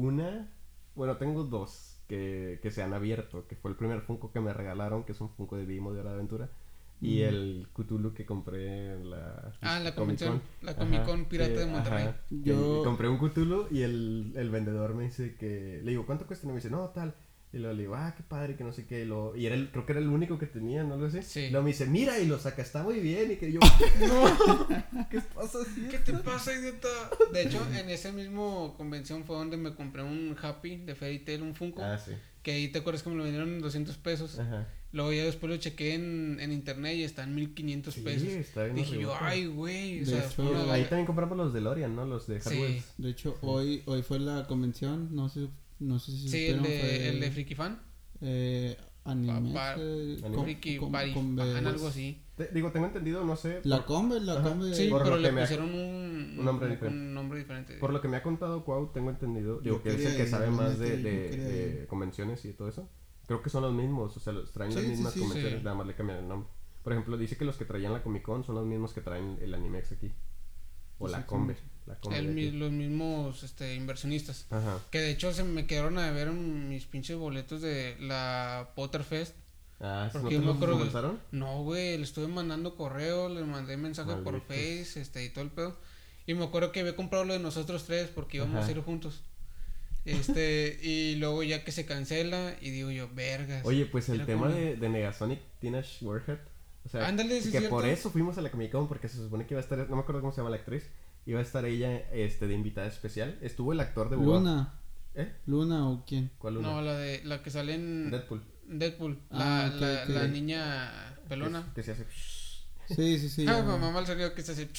tengo dos que se han abierto, que fue el primer Funko que me regalaron, que es un Funko de Vimo de Hora de Aventura, y el Cthulhu que compré en la La Comic convención, Con. la Comic Con Ajá, Pirata que- de Monterrey. ajá, que Yo- compré un Cthulhu y el vendedor me dice que, le digo, ¿cuánto cuesta? Y me dice, no, tal. Y luego le digo, qué padre, que no sé qué. Y creo que era el único que tenía, ¿no lo sé? Sí. Y luego me dice, mira, y lo saca, está muy bien. Y que yo, no, ¿qué pasa así? ¿Qué te pasa, idiota? De hecho, en esa misma convención fue donde me compré un Happy de Fairy Tail, un Funko. Sí. Que ahí te acuerdas que me lo vendieron en 200 pesos. Ajá. Luego ya después lo chequé en internet y está en 1500 Sí, pesos. está bien Dije yo, arribota. ay, güey. O De sea, hecho, fue una Ahí gana. también compramos los DeLorean, ¿no? Los de Hot Sí. Wheels. De hecho, hoy fue la convención, no sé si Sí, supieron, fue el de Freaky Fan. Animes, Anime. Freaky com- Party conve- Fan, algo así. Tengo entendido, no sé. La Combe, Ajá. Sí, Por pero lo le que me ha- pusieron un nombre diferente. Un nombre diferente. Por lo que me ha contado Cuau, tengo entendido, Yo que es el quería que ir, sabe la más neta, de, yo quería de ir. convenciones y todo eso. Creo que son los mismos, o sea, los traen las Sí, sí, mismas sí, convenciones, sí. nada más le cambian el nombre. Por ejemplo, dice que los que traían la Comic Con son los mismos que traen el Animex aquí. O la Combe. La Combe de aquí. Los mismos inversionistas. Ajá. Que de hecho se me quedaron a ver mis pinches boletos de la Potterfest. Ah, ¿no Porque te yo me los acuerdo que- reembolsaron? No, güey, le estuve mandando correo, le mandé mensaje por Malditos. Face, y todo el pedo. Y me acuerdo que había comprado lo de nosotros tres porque íbamos Ajá. a ir juntos. Y luego ya que se cancela y digo yo, vergas. Oye, pues el Era tema como- de Negasonic Teenage Warhead. O sea, Ándale, sí que es por cierto. eso fuimos a la Comic Con, porque se supone que iba a estar, no me acuerdo cómo se llama la actriz, iba a estar ella de invitada especial. Estuvo el actor de Boba. Luna. ¿Eh? ¿Luna o quién? ¿Cuál Luna? No, la que sale en Deadpool. Deadpool. Ah, ok, ok. La niña pelona. Que se hace. Sí. Ah, ya. mamá, el sonido que se hace.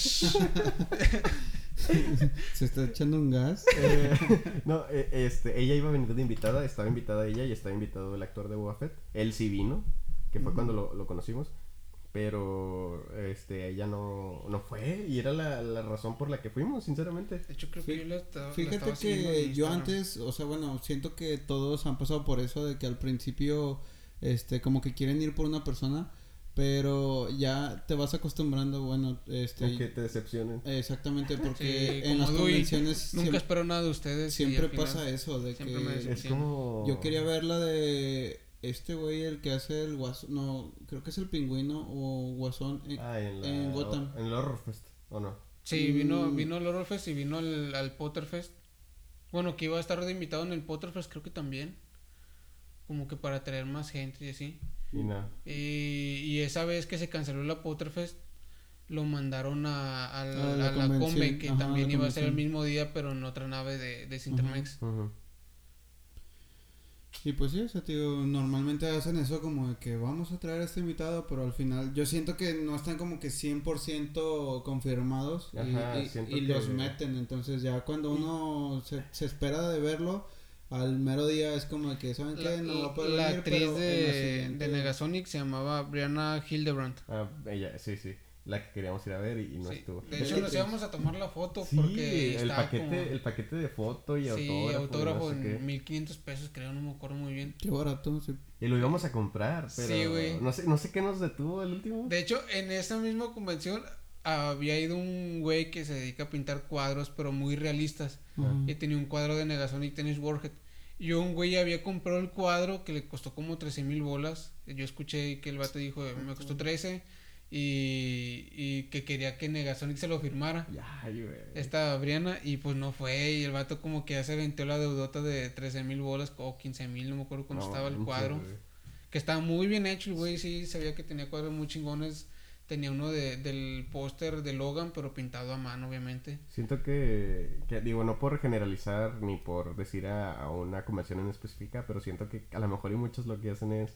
Se está echando un gas. No, ella iba a venir de invitada, estaba invitada ella y estaba invitado el actor de Boba Fett. Él sí vino, que fue cuando lo conocimos. Pero ella no fue y era la razón por la que fuimos, sinceramente. De hecho, creo que yo la estaba Fíjate siguiendo en que yo Instagram. antes, o sea, bueno, siento que todos han pasado por eso de que al principio, como que quieren ir por una persona, pero ya te vas acostumbrando, bueno, A que te decepcionen. exactamente, porque Sí, en las como Dewey, convenciones Nunca espero nada de ustedes. y siempre al final pasa eso, de siempre me que Es decepciona. como. yo quería ver la de este güey, el que hace el guasón, no, creo que es el pingüino o guasón en Gotham. En el Horror Fest, ¿o no? Sí, vino el Horrorfest y vino al Potterfest. Bueno, que iba a estar de invitado en el Potterfest, creo que también. Como que para traer más gente y así. Y nada. Y esa vez que se canceló la Potterfest, lo mandaron a la la convención, Combe, que ajá, también la iba a ser el convención. mismo día, pero en otra nave de Cintermex. Ujú. Y pues sí, o sea, tío, normalmente hacen eso como de que vamos a traer a este invitado, pero al final yo siento que no están como que 100% confirmados Ajá, y siento los que- meten, entonces ya cuando uno se espera de verlo, al mero día es como de que, ¿saben qué? No va a poder La venir, actriz pero en la de siguiente- Negasonic se llamaba Brianna Hildebrandt. Ah, ella, sí. La que queríamos ir a ver y no Sí. estuvo. De hecho, nos íbamos a tomar la foto Sí, porque el estaba paquete, como... el paquete de foto y Sí, autógrafo y no sé en qué. 1500 pesos, creo, no me acuerdo muy bien. Qué barato, sí. Y lo íbamos a comprar, pero Sí, güey. no sé qué nos detuvo el último. De hecho, en esa misma convención había ido un güey que se dedica a pintar cuadros, pero muy realistas. Ujú. Y tenía un cuadro de Negasonic Tennis Warhead. Y un güey había comprado el cuadro que le costó como 13,000 bolas. Yo escuché que el vato dijo, me costó 13. Y que quería que Negasonic se lo firmara. Ay, güey. Esta Briana, y pues no fue. Y el vato como que ya se vendió la deudota de 13,000 bolas o 15,000, no me acuerdo cuánto No estaba el manches, cuadro. güey. Que estaba muy bien hecho el güey, sí, sabía que tenía cuadros muy chingones. Tenía uno del póster de Logan, pero pintado a mano, obviamente. Siento que, digo, no por generalizar ni por decir a una convención en específica, pero siento que a lo mejor y muchos lo que hacen es,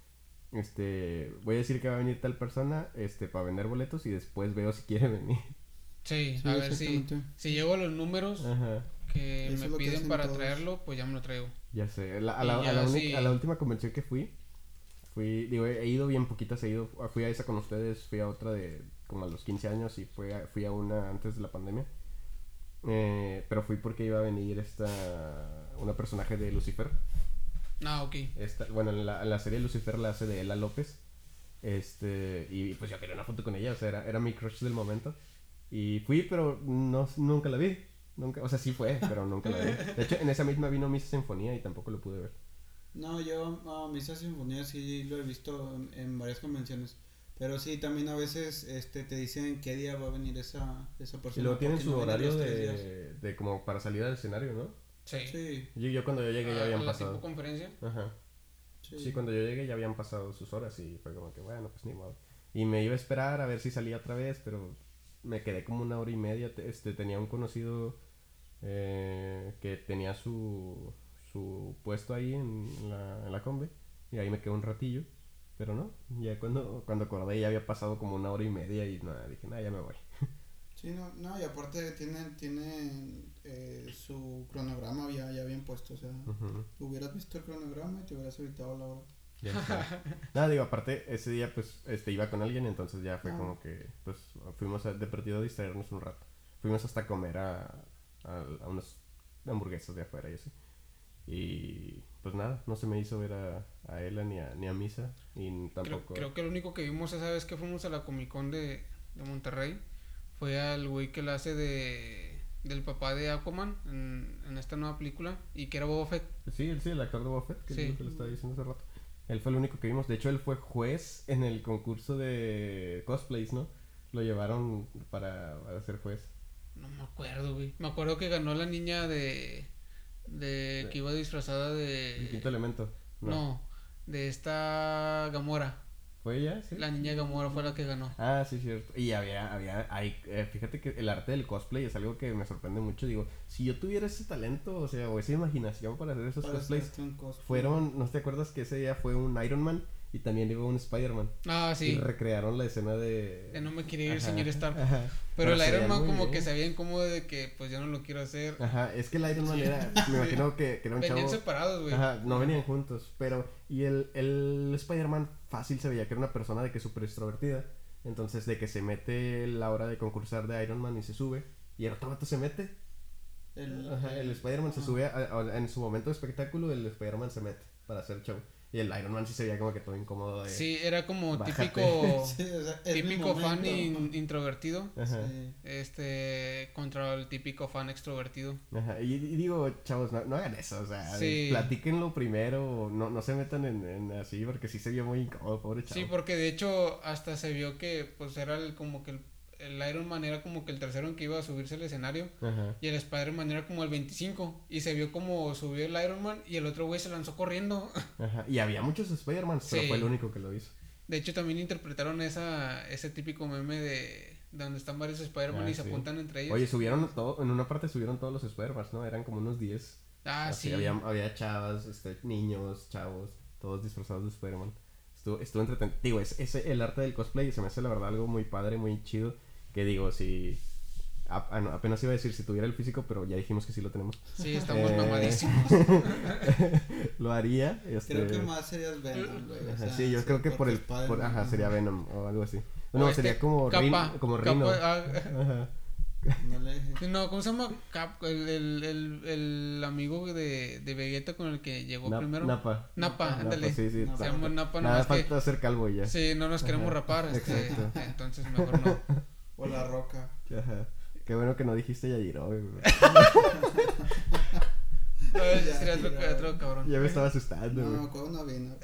voy a decir que va a venir tal persona, para vender boletos y después veo si quiere venir. Sí, Sí, a ver si exactamente. llego a los números Ajá, que Eso me es lo que piden hacen para todos. traerlo, pues ya me lo traigo. ya sé. Y ya sí. A la última convención que digo, he ido bien poquitas, fui a esa con ustedes, fui a otra de como a los 15 años y fui a una antes de la pandemia. Pero fui porque iba a venir una personaje de Lucifer. Ah, ok. Bueno, en la serie Lucifer la hace de Ela López. Y pues yo quería una foto con ella, o sea, era mi crush del momento. Y fui, pero nunca la vi. Nunca, o sea, sí fue, pero nunca la vi. De hecho, en esa misma vino Misa Sinfonía y tampoco lo pude ver. No, yo a Misa Sinfonía sí lo he visto en varias convenciones. Pero sí, también a veces te dicen qué día va a venir esa persona. Y luego tienen porque su no viene horario los 3 días. de como para salir al escenario, ¿no? Sí. Sí, Yo cuando yo llegué ya A habían la tipo pasado. conferencia. Ajá. sí. Sí, cuando yo llegué ya habían pasado sus horas y fue como que, bueno, pues ni modo. Y me iba a esperar a ver si salía otra vez, pero me quedé como una hora y media. Tenía un conocido que tenía su puesto ahí en la combe y ahí me quedé un ratillo. Pero no, ya cuando acordé ya había pasado como una hora y media y nada, dije, nada, ya me voy. Sí, no, y aparte tienen su cronograma ya bien puesto, o sea, Ujú. hubieras visto el cronograma y te hubieras evitado la hora. Ya sé. Nada, digo, aparte, ese día pues iba con alguien, entonces ya fue Ah. como que pues fuimos de perdido a distraernos un rato. Fuimos hasta comer a unas hamburguesas de afuera y así. Y pues nada, no se me hizo ver a Ella ni a Misa. Y tampoco... Creo que lo único que vimos esa vez que fuimos a la Comic Con de Monterrey fue al güey que la hace del papá de Aquaman en esta nueva película y que era Boba Fett. Sí, el actor de Boba Fett, que Sí. es lo que le estaba diciendo hace rato. Él fue el único que vimos. De hecho, él fue juez en el concurso de cosplays, ¿no? Lo llevaron para ser juez. No me acuerdo, güey. Me acuerdo que ganó la niña de que iba disfrazada El quinto de... elemento. No, de esta Gamora. ¿Fue ella? Sí. La niña Gamora fue la que ganó. Ah, sí, cierto. Y fíjate que el arte del cosplay es algo que me sorprende mucho. Digo, si yo tuviera ese talento, o sea, o esa imaginación para hacer esos Para cosplays, hacerte un cosplay. fueron, ¿no te acuerdas que ese día fue un Iron Man y también llegó un Spider-Man? Ah, Y sí. recrearon la escena de... No me quería ir, Ajá, señor Stark. ajá. Pero el se Iron veía Man muy como bien. que se veía incómodo de que pues yo no lo quiero hacer. Ajá, es que el Iron Man era, me imagino que era un Venían chavo... separados, güey. Ajá, no venían juntos, pero... Y el Spider-Man fácil se veía que era una persona de que súper extrovertida. Entonces, de que se mete la hora de concursar de Iron Man y se sube. Y el otro vato se mete. El Spider-Man se sube en su momento de espectáculo, el Spider-Man se mete para hacer show. Y el Iron Man sí se veía como que todo incómodo de... Sí, era como Bájate. típico Sí, o sea, es mi típico fan momento. introvertido. Ajá, Sí. Contra el típico fan extrovertido. ajá. Y digo, chavos, no hagan eso, o sea, Sí. platíquenlo primero, no se metan en así, porque sí se vio muy incómodo, pobre chavo. Sí, porque de hecho hasta se vio que pues era como que el Iron Man era como que el tercero en que iba a subirse al escenario Ajá. y el Spider-Man era como el 25 y se vio como subió el Iron Man y el otro güey se lanzó corriendo. Ajá. Y había muchos Spider-Man, pero Sí. fue el único que lo hizo. De hecho también interpretaron ese típico meme de donde están varios Spider-Man y se sí. apuntan entre ellos. Oye, subieron todo, en una parte subieron todos los Spider-Man, ¿no? Eran como unos 10. Ah, Así, sí. había chavas, niños, chavos, todos disfrazados de Spider-Man. Estuvo entretenido. Digo, el arte del cosplay se me hace la verdad algo muy padre, muy chido. Que digo, si... no, apenas iba a decir si tuviera el físico, pero ya dijimos que sí lo tenemos. Sí, estamos Eh, mamadísimos. Lo haría. Creo que más serías Venom, güey. O Ajá, sea, sí, yo creo que por el... Spider-Man, ajá, sería Venom o algo así. O No, sería como Capa, como Rino. Capa, No le... no, ¿cómo se llama? El amigo de Vegeta con el que llegó primero. Napa. Napa, ándale. Sí, sí. Napa. Se llama Napa, Nada nomás que falta hacer calvo y ya. sí, no nos queremos Ajá, rapar, exacto. entonces mejor no. O la roca. Ajá. Qué bueno que no dijiste Yajiro, güey. No, ese Ya, sería ya. otro cabrón. Ya me estaba asustando, No, güey. me acuerdo no vino.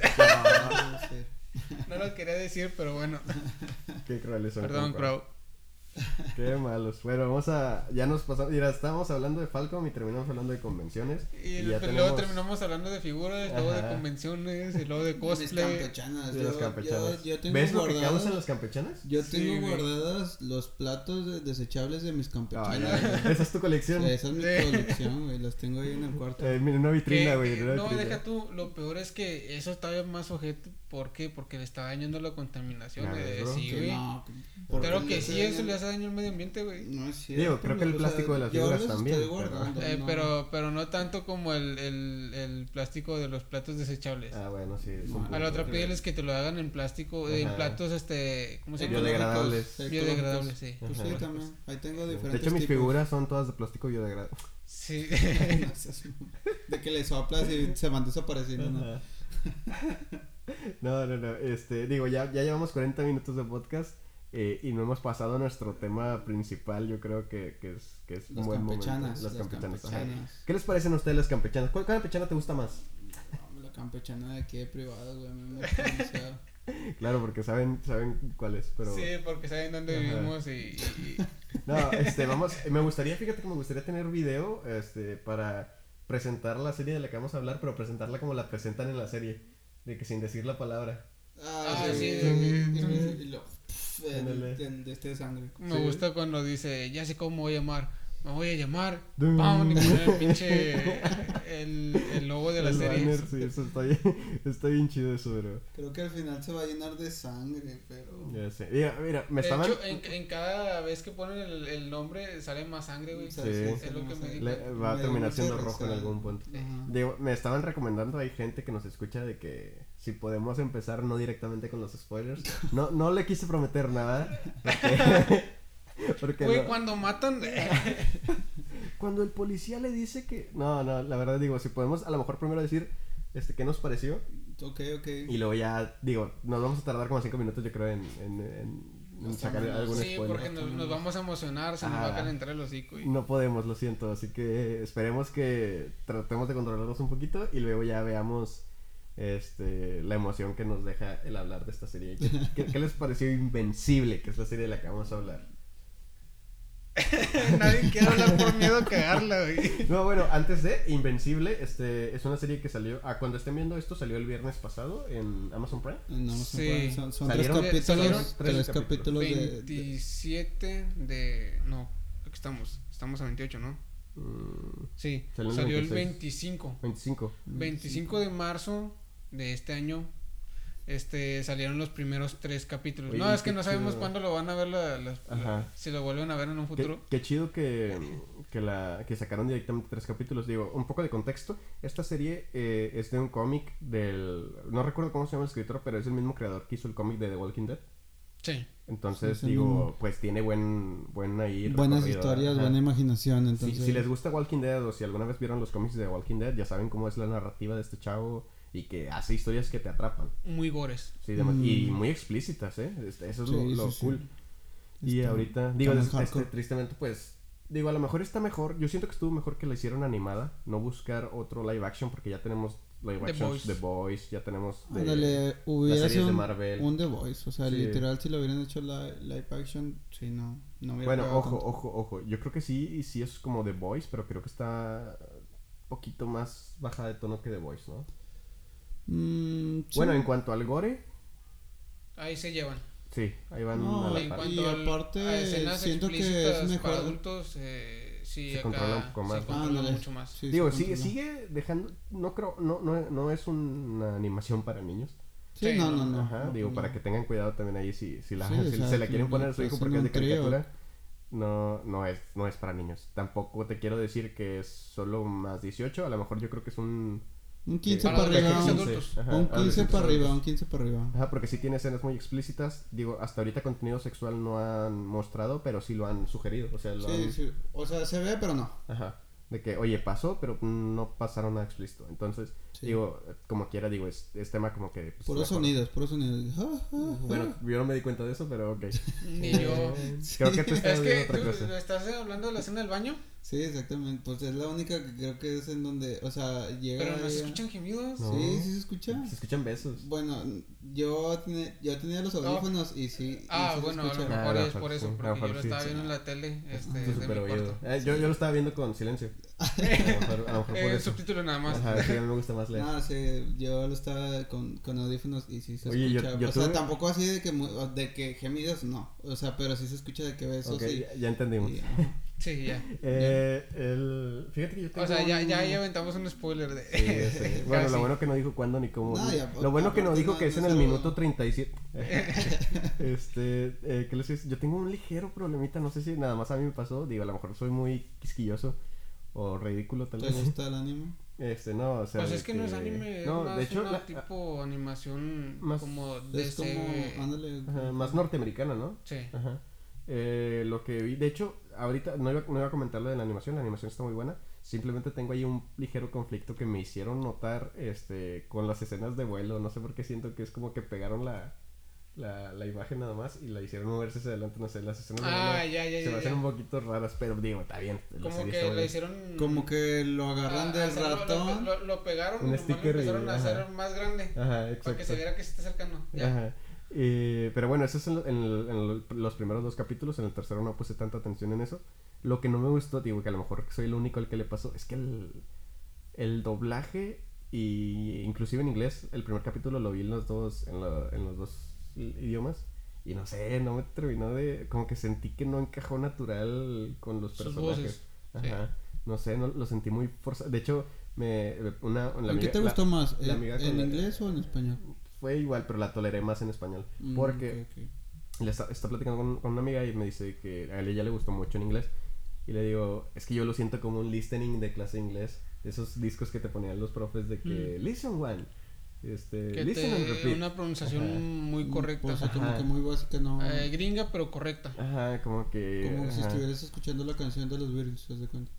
Sí. No lo quería decir, pero bueno. Qué crueles son. Perdón, compa. Crow. Qué malos. Bueno, vamos a... Ya nos pasamos... Mira, estábamos hablando de Falcom y terminamos hablando de convenciones. Y ya luego terminamos hablando de figuras, luego de Ajá. convenciones, y luego de Mis cosplay. campechanas. De las campechanas. Yo tengo ¿Ves lo que guardadas. causan las campechanas? Yo Sí, tengo güey. guardadas los platos desechables de mis Ah, campechanas. ya. Esa es tu colección. Esa es mi Sí. colección, güey. Las tengo ahí en el cuarto. Mira, una vitrina, güey. una No, vitrina. deja tú, lo peor es que eso está más ojete. ¿Por qué? Porque le está dañando la contaminación. Ah, bro. Sí, Que güey. no, Claro porque que le sí, estoy eso le dañando- hace daño al medio ambiente, güey. No es cierto. Digo, creo que el o plástico de las yo figuras las también, estoy guardando, no. Pero no tanto como el plástico de los platos desechables. Ah, bueno, sí. es un A punto. A la otra Sí. pídeles que te lo hagan en plástico, en Ajá. platos, ¿cómo se llama? Biodegradables. Biodegradables, sí. Pues sí, Ajá. también. Ahí tengo De diferentes hecho, mis tipos. figuras son todas de plástico biodegradable. Sí. De que le soplas y se van desapareciendo, ¿no? Ajá. No. Digo, ya llevamos 40 minutos de podcast y no hemos pasado a nuestro tema principal. Yo creo que es un Las buen momento. campechanas. Las campechanas. ajá. campechanas. ¿Qué les parecen a ustedes las campechanas? ¿Cuál campechana te gusta más? No, la campechana de aquí de privadas, güey. A mí me gusta demasiado. Claro, porque saben cuál es, pero... Sí, porque saben dónde Ajá. vivimos y No, fíjate que me gustaría tener video, para presentar la serie de la que vamos a hablar, pero presentarla como la presentan en la serie, de que sin decir la palabra. Ah, sí, Y lo... Ándale. de este de sangre. me Sí. gusta cuando dice, ya sé cómo me voy a llamar. Me voy a llamar. Dum. ¡Pam! Y poner el pinche. El logo de la El serie. banner, sí, eso está bien chido eso, bro. Creo que al final se va a llenar de sangre, pero... Ya sé. Mira, me De estaban... hecho, en cada vez que ponen el nombre sale más sangre, güey. Sí, Es lo que me dijo. va a Me terminar dio siendo mucha rojo en risa. algún punto. Ajá. Digo, me estaban recomendando, hay gente que nos escucha de que si podemos empezar no directamente con los spoilers. No le quise prometer nada. Porque Güey, no- cuando matan. cuando el policía le dice que... No, la verdad digo, si podemos a lo mejor primero decir qué nos pareció. Ok. Y luego ya, digo, nos vamos a tardar como 5 minutos yo creo en sacar algún Sí, spoiler. porque nos vamos a emocionar, se nos va a calentar el hocico. No podemos, lo siento, así que esperemos que tratemos de controlarnos un poquito y luego ya veamos la emoción que nos deja el hablar de esta serie. ¿Qué les pareció Invencible, que es la serie de la que vamos a hablar? Nadie quiere hablar por miedo a cagarla, güey. No, bueno, antes de Invencible, es una serie que salió, cuando estén viendo esto, salió el viernes pasado en Amazon Prime. No, Sí. son Salieron- tres capítulos de... 27 de... No, aquí estamos a 28, ¿no? Sí, Salió el salió el 26. 25. 25 de marzo de este año. Salieron los primeros 3 capítulos. Oye, No, es que qué no sabemos chido. cuándo lo van a ver Ajá. si lo vuelven a ver en un futuro. Qué chido que sacaron directamente 3 capítulos. Digo, un poco de contexto. Esta serie es de un cómic no recuerdo cómo se llama el escritor, pero es el mismo creador que hizo el cómic de The Walking Dead. Sí. Entonces, Sí, digo, pues tiene buen ahí buenas recorrido, historias, ajá. buena imaginación, Si entonces... les gusta Walking Dead o si alguna vez vieron los cómics de Walking Dead, ya saben cómo es la narrativa de este chavo y que hace historias que te atrapan. Muy gores. Sí, y muy explícitas, ¿eh? Eso es Sí, lo sí, cool. sí. Y ahorita, digo, muy hardcore. tristemente, pues, digo, a lo mejor está mejor. Yo siento que estuvo mejor que la hicieron animada, no buscar otro live action, porque ya tenemos live The action Boys. The Boys, ya tenemos Ándale, hubiera series sido de Marvel. un The Voice, o sea, Sí. literal, si lo hubieran hecho live action, sí, no hubiera Bueno, pegado ojo, tanto. ojo. Yo creo que sí es como The Boys, pero creo que está un poquito más baja de tono que The Boys, ¿no? Sí. Bueno, en cuanto al gore, Ahí se llevan. sí, ahí van No, a la En par. cuanto Y aparte, a escenas siento que explícitas es mejor- para adultos, sí, Se acá controla un poco más, se ¿no? controla Ándale, mucho más. sí, Digo, se controla. sigue dejando, no creo, no es una animación para niños. Sí, Sí, no. Ajá, no, digo, no. para que tengan cuidado también ahí si Sí, o si sea, se la que quieren poner a su hijo hacen porque es de un trío. caricatura, no es para niños. Tampoco te quiero decir que es solo más 18, a lo mejor yo creo que es un 15 Para para arriba, adolescentes un, adultos. Ajá, un 15 adolescentes para arriba, adultos. un 15 para arriba. Ajá, porque sí tiene escenas muy explícitas. Digo, hasta ahorita contenido sexual no han mostrado, pero sí lo han sugerido. O sea, Sí, o sea, se ve, pero no. Ajá. De que, oye, pasó, pero no pasaron nada explícito. Entonces, Sí. digo, como quiera, digo, es tema como que... pues, Puros mejor. sonidos. Bueno, yo no me di cuenta de eso, pero ok. Ni yo. Creo que tú estás Es viendo que otra tú cosa. estás hablando de la escena del baño, Sí, exactamente. Pues es la única que creo que es en donde, o sea, llega. pero no se ella- escuchan gemidos. No. Sí, se escucha. Se escuchan besos. Bueno, yo tenía los audífonos y sí. y Ah, sí se bueno, a lo escucha. mejor Ah, es no, por eso, sí, a lo porque yo mejor lo sí, estaba sí. viendo en la tele, Estoy de súper mi oído. cuarto. Yo lo estaba viendo con silencio. A lo mejor por El eso. subtítulo nada más. Ajá, sí, a mí me gusta más leer. No, sí, yo lo estaba con audífonos y sí se Oye, escucha. yo o sea, tuve- tampoco así de que gemidos, no. O sea, pero sí se escucha de que besos Ok, y... ya entendimos. y- Sí, ya. Fíjate que yo tengo O sea, ya un- aventamos un spoiler de... Sí, ya sé. Bueno, Casi. lo bueno que no dijo cuándo ni cómo. No, ya, lo bueno que no aparte dijo no- que es no en el se lo- minuto 37. ¿Qué les dices? Yo tengo un ligero problemita, no sé si nada más a mí me pasó. Digo, a lo mejor soy muy quisquilloso o ridículo tal ¿Te vez. gusta el anime? No, o sea. Pues de es que no es anime, No, es más de hecho, una tipo animación más- como Es DC. como, ándale. ajá, más norteamericana, ¿no? Sí. Ajá. Lo que vi, de hecho, ahorita no iba a comentar lo de la animación está muy buena. Simplemente tengo ahí un ligero conflicto que me hicieron notar con las escenas de vuelo. No sé por qué siento que es como que pegaron la imagen nada más y la hicieron moverse hacia adelante. No sé, las escenas de Ah, vuelo ya, se me hacen ya. un poquito raras, pero digo, está bien. La Como serie que está lo bien. hicieron... Como que lo agarran del hacerlo- ratón. Lo pegaron Un y nomás lo sticker y- empezaron a ajá. hacer más grande. Ajá, Para que exacto. se viera que se está acercando. Ya. Ajá. Pero bueno, eso es los primeros 2 capítulos. En el tercero no puse tanta atención en eso. Lo que no me gustó, digo que a lo mejor soy el único al que le pasó, es que el doblaje y inclusive en inglés, el primer capítulo lo vi en los dos idiomas y no sé, no me terminó de, como que sentí que no encajó natural con los Sus personajes. voces, Ajá. No sé, no, lo sentí muy forzado. De hecho, la ¿En qué amiga- te gustó más? la amiga con ¿En la- inglés o en español? Fue igual, pero la toleré más en español. Porque Ok. está platicando con una amiga y me dice que a ella le gustó mucho en inglés. Y le digo, es que yo lo siento como un listening de clase de inglés. De esos discos que te ponían los profes de que, listen one, Que listen and repeat. una pronunciación Ajá. muy correcta. O sea, como Ajá. que muy básica, no. Gringa, pero correcta. Ajá, como que... Como si ajá. estuvieras escuchando la canción de los Beatles, ¿te das cuenta?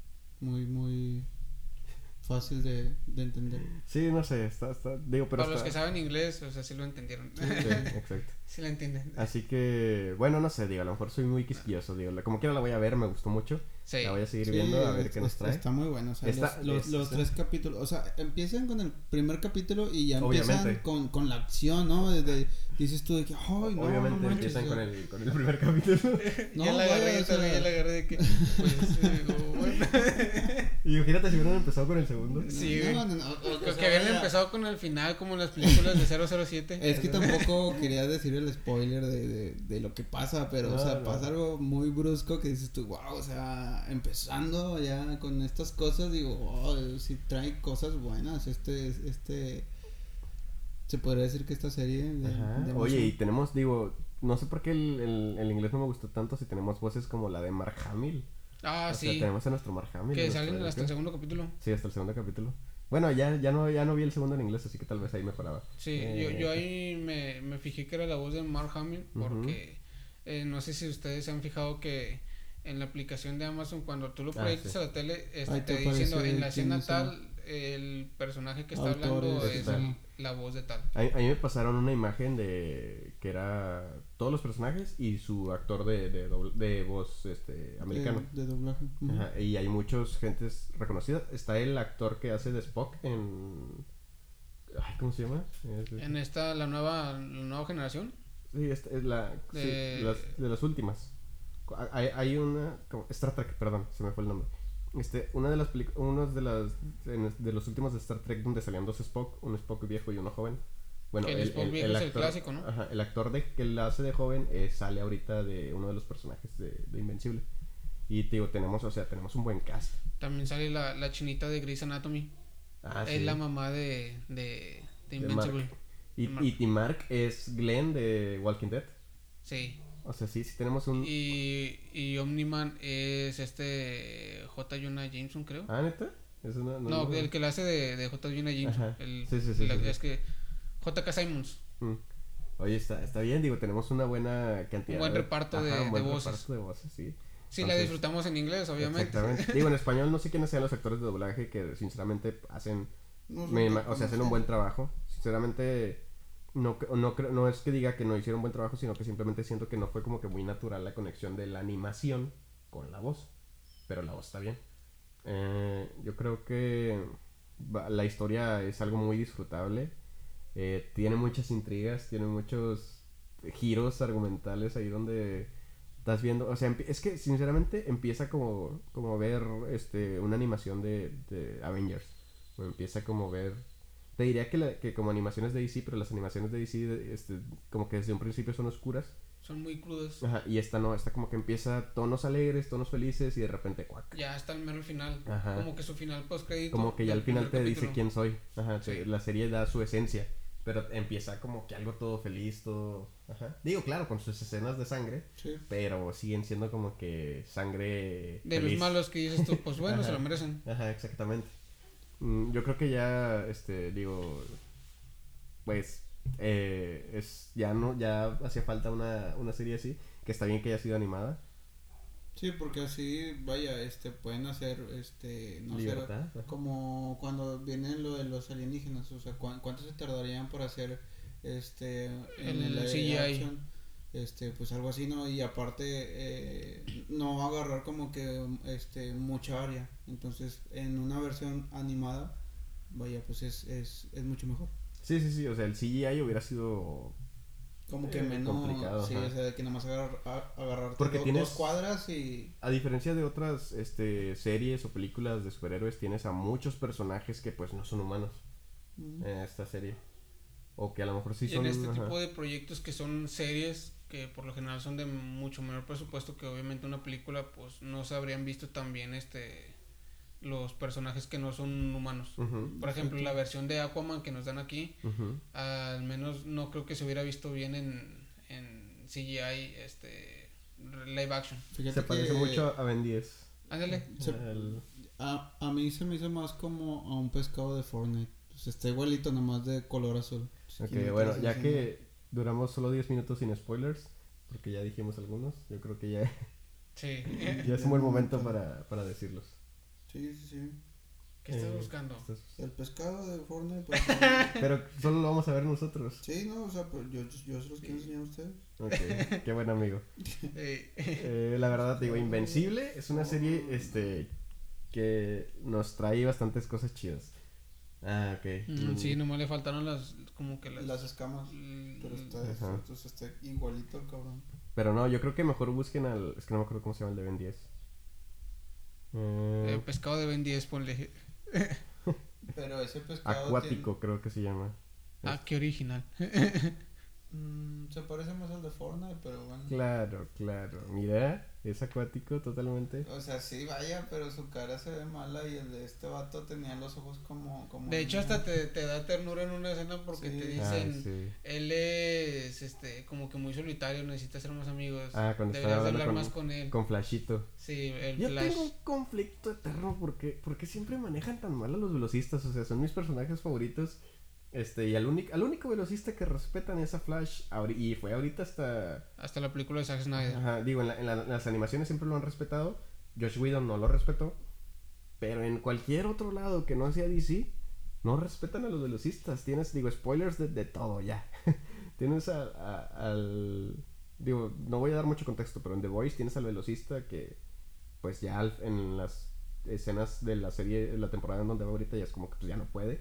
muy fácil de entender. Sí, no sé, digo, pero Para los que saben inglés, o sea, sí lo entendieron. Sí, exacto. Sí lo entienden. Así que, bueno, no sé, digo, a lo mejor soy muy quisquilloso, digo, como quiera la voy a ver, me gustó mucho. Sí. La voy a seguir viendo a ver qué nos trae. Está muy bueno, o sea, Está- los tres capítulos, o sea, empiezan con el primer capítulo y ya empiezan Obviamente. con la acción, ¿no? Dices tú de que, ay, no, Obviamente no manches, empiezan o sea, con el primer capítulo. no, ya la agarré, vaya, yo o sea, también ya la agarré de que, pues, bueno. Y imagínate si hubieran empezado con el segundo. Sí, güey. no, Creo sea, que habían vaya. empezado con el final, como en las películas de 007. Es que tampoco quería decir el spoiler de lo que pasa, pero, No, o sea, no. pasa algo muy brusco que dices tú, wow, o sea, empezando ya con estas cosas, digo, wow, si trae cosas buenas, se podría decir que esta serie Ajá. de Oye, Amazon- y tenemos, digo, no sé por qué el inglés no me gustó tanto si tenemos voces como la de Mark Hamill. Ah, O sea, sí. tenemos a nuestro Mark Hamill. Que nuestro salen hasta el Edgar. segundo capítulo. Sí, hasta el segundo capítulo. Bueno, ya no vi el segundo en inglés, así que tal vez ahí mejoraba. Sí, yo ahí me fijé que era la voz de Mark Hamill porque no sé si ustedes se han fijado que en la aplicación de Amazon cuando tú lo proyectas sí. a la tele Ahí te te diciendo aparece en la quién escena es tal el personaje que está Autores, hablando es tal. la voz de tal. A mí me pasaron una imagen de que era todos los personajes y su actor de voz americano. de doblaje. Ujú. Ajá, y hay muchos gentes reconocidas. Está el actor que hace de Spock en... Ay, ¿cómo se llama? En esta la nueva generación Sí, es sí, de las últimas. Hay una... Star Trek, perdón, se me fue el nombre. Una de las unos de los últimos de Star Trek donde salían dos Spock, un Spock viejo y uno joven. Bueno, que el Spock viejo es el actor, clásico, ¿no? ajá, el actor que la hace de joven sale ahorita de uno de los personajes de Invencible. Y te digo, tenemos un buen cast. También sale la chinita de Grey's Anatomy. Ah, Es sí. la mamá de Invincible. Mark. Y Mark. y Mark es Glenn de Walking Dead. Sí. O sea, sí tenemos un... Y Omniman es J. Jonah Jameson, creo. Ah, ¿neta? Eso No, el que la hace de J. Jonah Jameson. Ajá. El, Sí. Es que J.K. Simons. Mm. Oye, está bien, digo, tenemos una buena cantidad. Un buen reparto Ajá, de un buen voces. reparto de voces, sí. Sí, la Entonces, disfrutamos en inglés, obviamente. Exactamente. Digo, en español no sé quiénes sean los actores de doblaje que sinceramente hacen, No son o sea, hacen un buen trabajo. Sinceramente, no es que diga que no hicieron un buen trabajo, sino que simplemente siento que no fue como que muy natural la conexión de la animación con la voz. Pero la voz está bien. Yo creo que la historia es algo muy disfrutable. Tiene muchas intrigas, tiene muchos giros argumentales ahí donde estás viendo, o sea, es que sinceramente empieza como ver una animación de Avengers. O empieza como ver, te diría que como animaciones de DC, pero las animaciones de DC como que desde un principio son oscuras. Son muy crudos. Ajá, y esta no, esta como que empieza tonos alegres, tonos felices y de repente cuac. Ya está el mero final. Ajá. Como que su final post crédito. Como que ya al final te dice quién soy. Ajá, Sí. la serie da su esencia. Pero empieza como que algo todo feliz, todo... Ajá. Digo, claro, con sus escenas de sangre. Sí. Pero siguen siendo como que sangre De feliz. los malos que dices tú, pues bueno, Ajá. se lo merecen. Ajá, exactamente. Yo creo que ya, digo... Pues... ya hacía falta una serie así. Que está bien que haya sido animada. Sí, porque así, vaya, pueden hacer, no sé, Libertad, ajá. como cuando vienen lo de los alienígenas, o sea, ¿cuánto se tardarían por hacer, en El live CGI. action? Pues algo así, ¿no? Y aparte, no va a agarrar como que, mucha área, entonces, en una versión animada, vaya, pues es mucho mejor. Sí, o sea, el CGI hubiera sido... Como que menos, complicado, sí, ajá. o sea, de que nada más agarrar Porque tienes- dos cuadras y... A diferencia de otras series o películas de superhéroes, tienes a muchos personajes que pues no son humanos Mm. en esta serie. O que a lo mejor sí Y son... en este ajá. tipo de proyectos que son series que por lo general son de mucho menor presupuesto que obviamente una película, pues no se habrían visto tan bien los personajes que no son humanos. Ujú, Por ejemplo, Exacto. la versión de Aquaman que nos dan aquí, ujú. al menos no creo que se hubiera visto bien en CGI, live action. Fíjate Se parece que mucho a Ben 10. Ándale. a mí se me hizo más como a un pescado de Fortnite. Pues está igualito, nomás de color azul. Ok, Si me bueno, estás ya diciendo. que duramos solo 10 minutos sin spoilers, porque ya dijimos algunos, yo creo que ya, Sí. ya es un buen momento para decirlos. Sí, sí, sí. ¿Qué estás buscando? El pescado de Fortnite. Pues, Pero solo lo vamos a ver nosotros. sí, no, o sea, pues yo se los quiero enseñar a ustedes. Ok, qué buen amigo. Eh, La verdad, digo, Invencible es una serie, que nos trae bastantes cosas chidas. Ah, ok. sí, nomás le faltaron las, como que Las escamas. Pero Ajá. está igualito el cabrón. Pero no, yo creo que mejor busquen al... Es que no me acuerdo cómo se llama el de Ben 10. pescado de Ben 10, ponle. Pero ese pescado Acuático, creo que se llama. Qué original. se parece más al de Fortnite, pero bueno. Claro, claro. Mira, es acuático totalmente. O sea, sí, vaya, pero su cara se ve mala y el de este vato tenía los ojos como De hecho, hasta te da ternura en una escena porque Sí. te dicen, sí. él es como que muy solitario, necesita ser más amigos. Cuando están Deberías de hablando hablar más con él. con Flashito. Sí, el Yo Flash. tengo un conflicto eterno porque siempre manejan tan mal a los velocistas. O sea, son mis personajes favoritos. Y al único velocista que respetan es a Flash. Y fue ahorita Hasta la película de Zack Snyder. Ajá, digo, en las animaciones siempre lo han respetado. Josh Whedon no lo respetó. Pero en cualquier otro lado que no sea DC, no respetan a los velocistas. Tienes, digo, spoilers de todo ya. Tienes al... Digo, no voy a dar mucho contexto, pero en The Voice tienes al velocista que, pues ya en las escenas de la serie, la temporada en donde va ahorita, ya es como que pues, ya no puede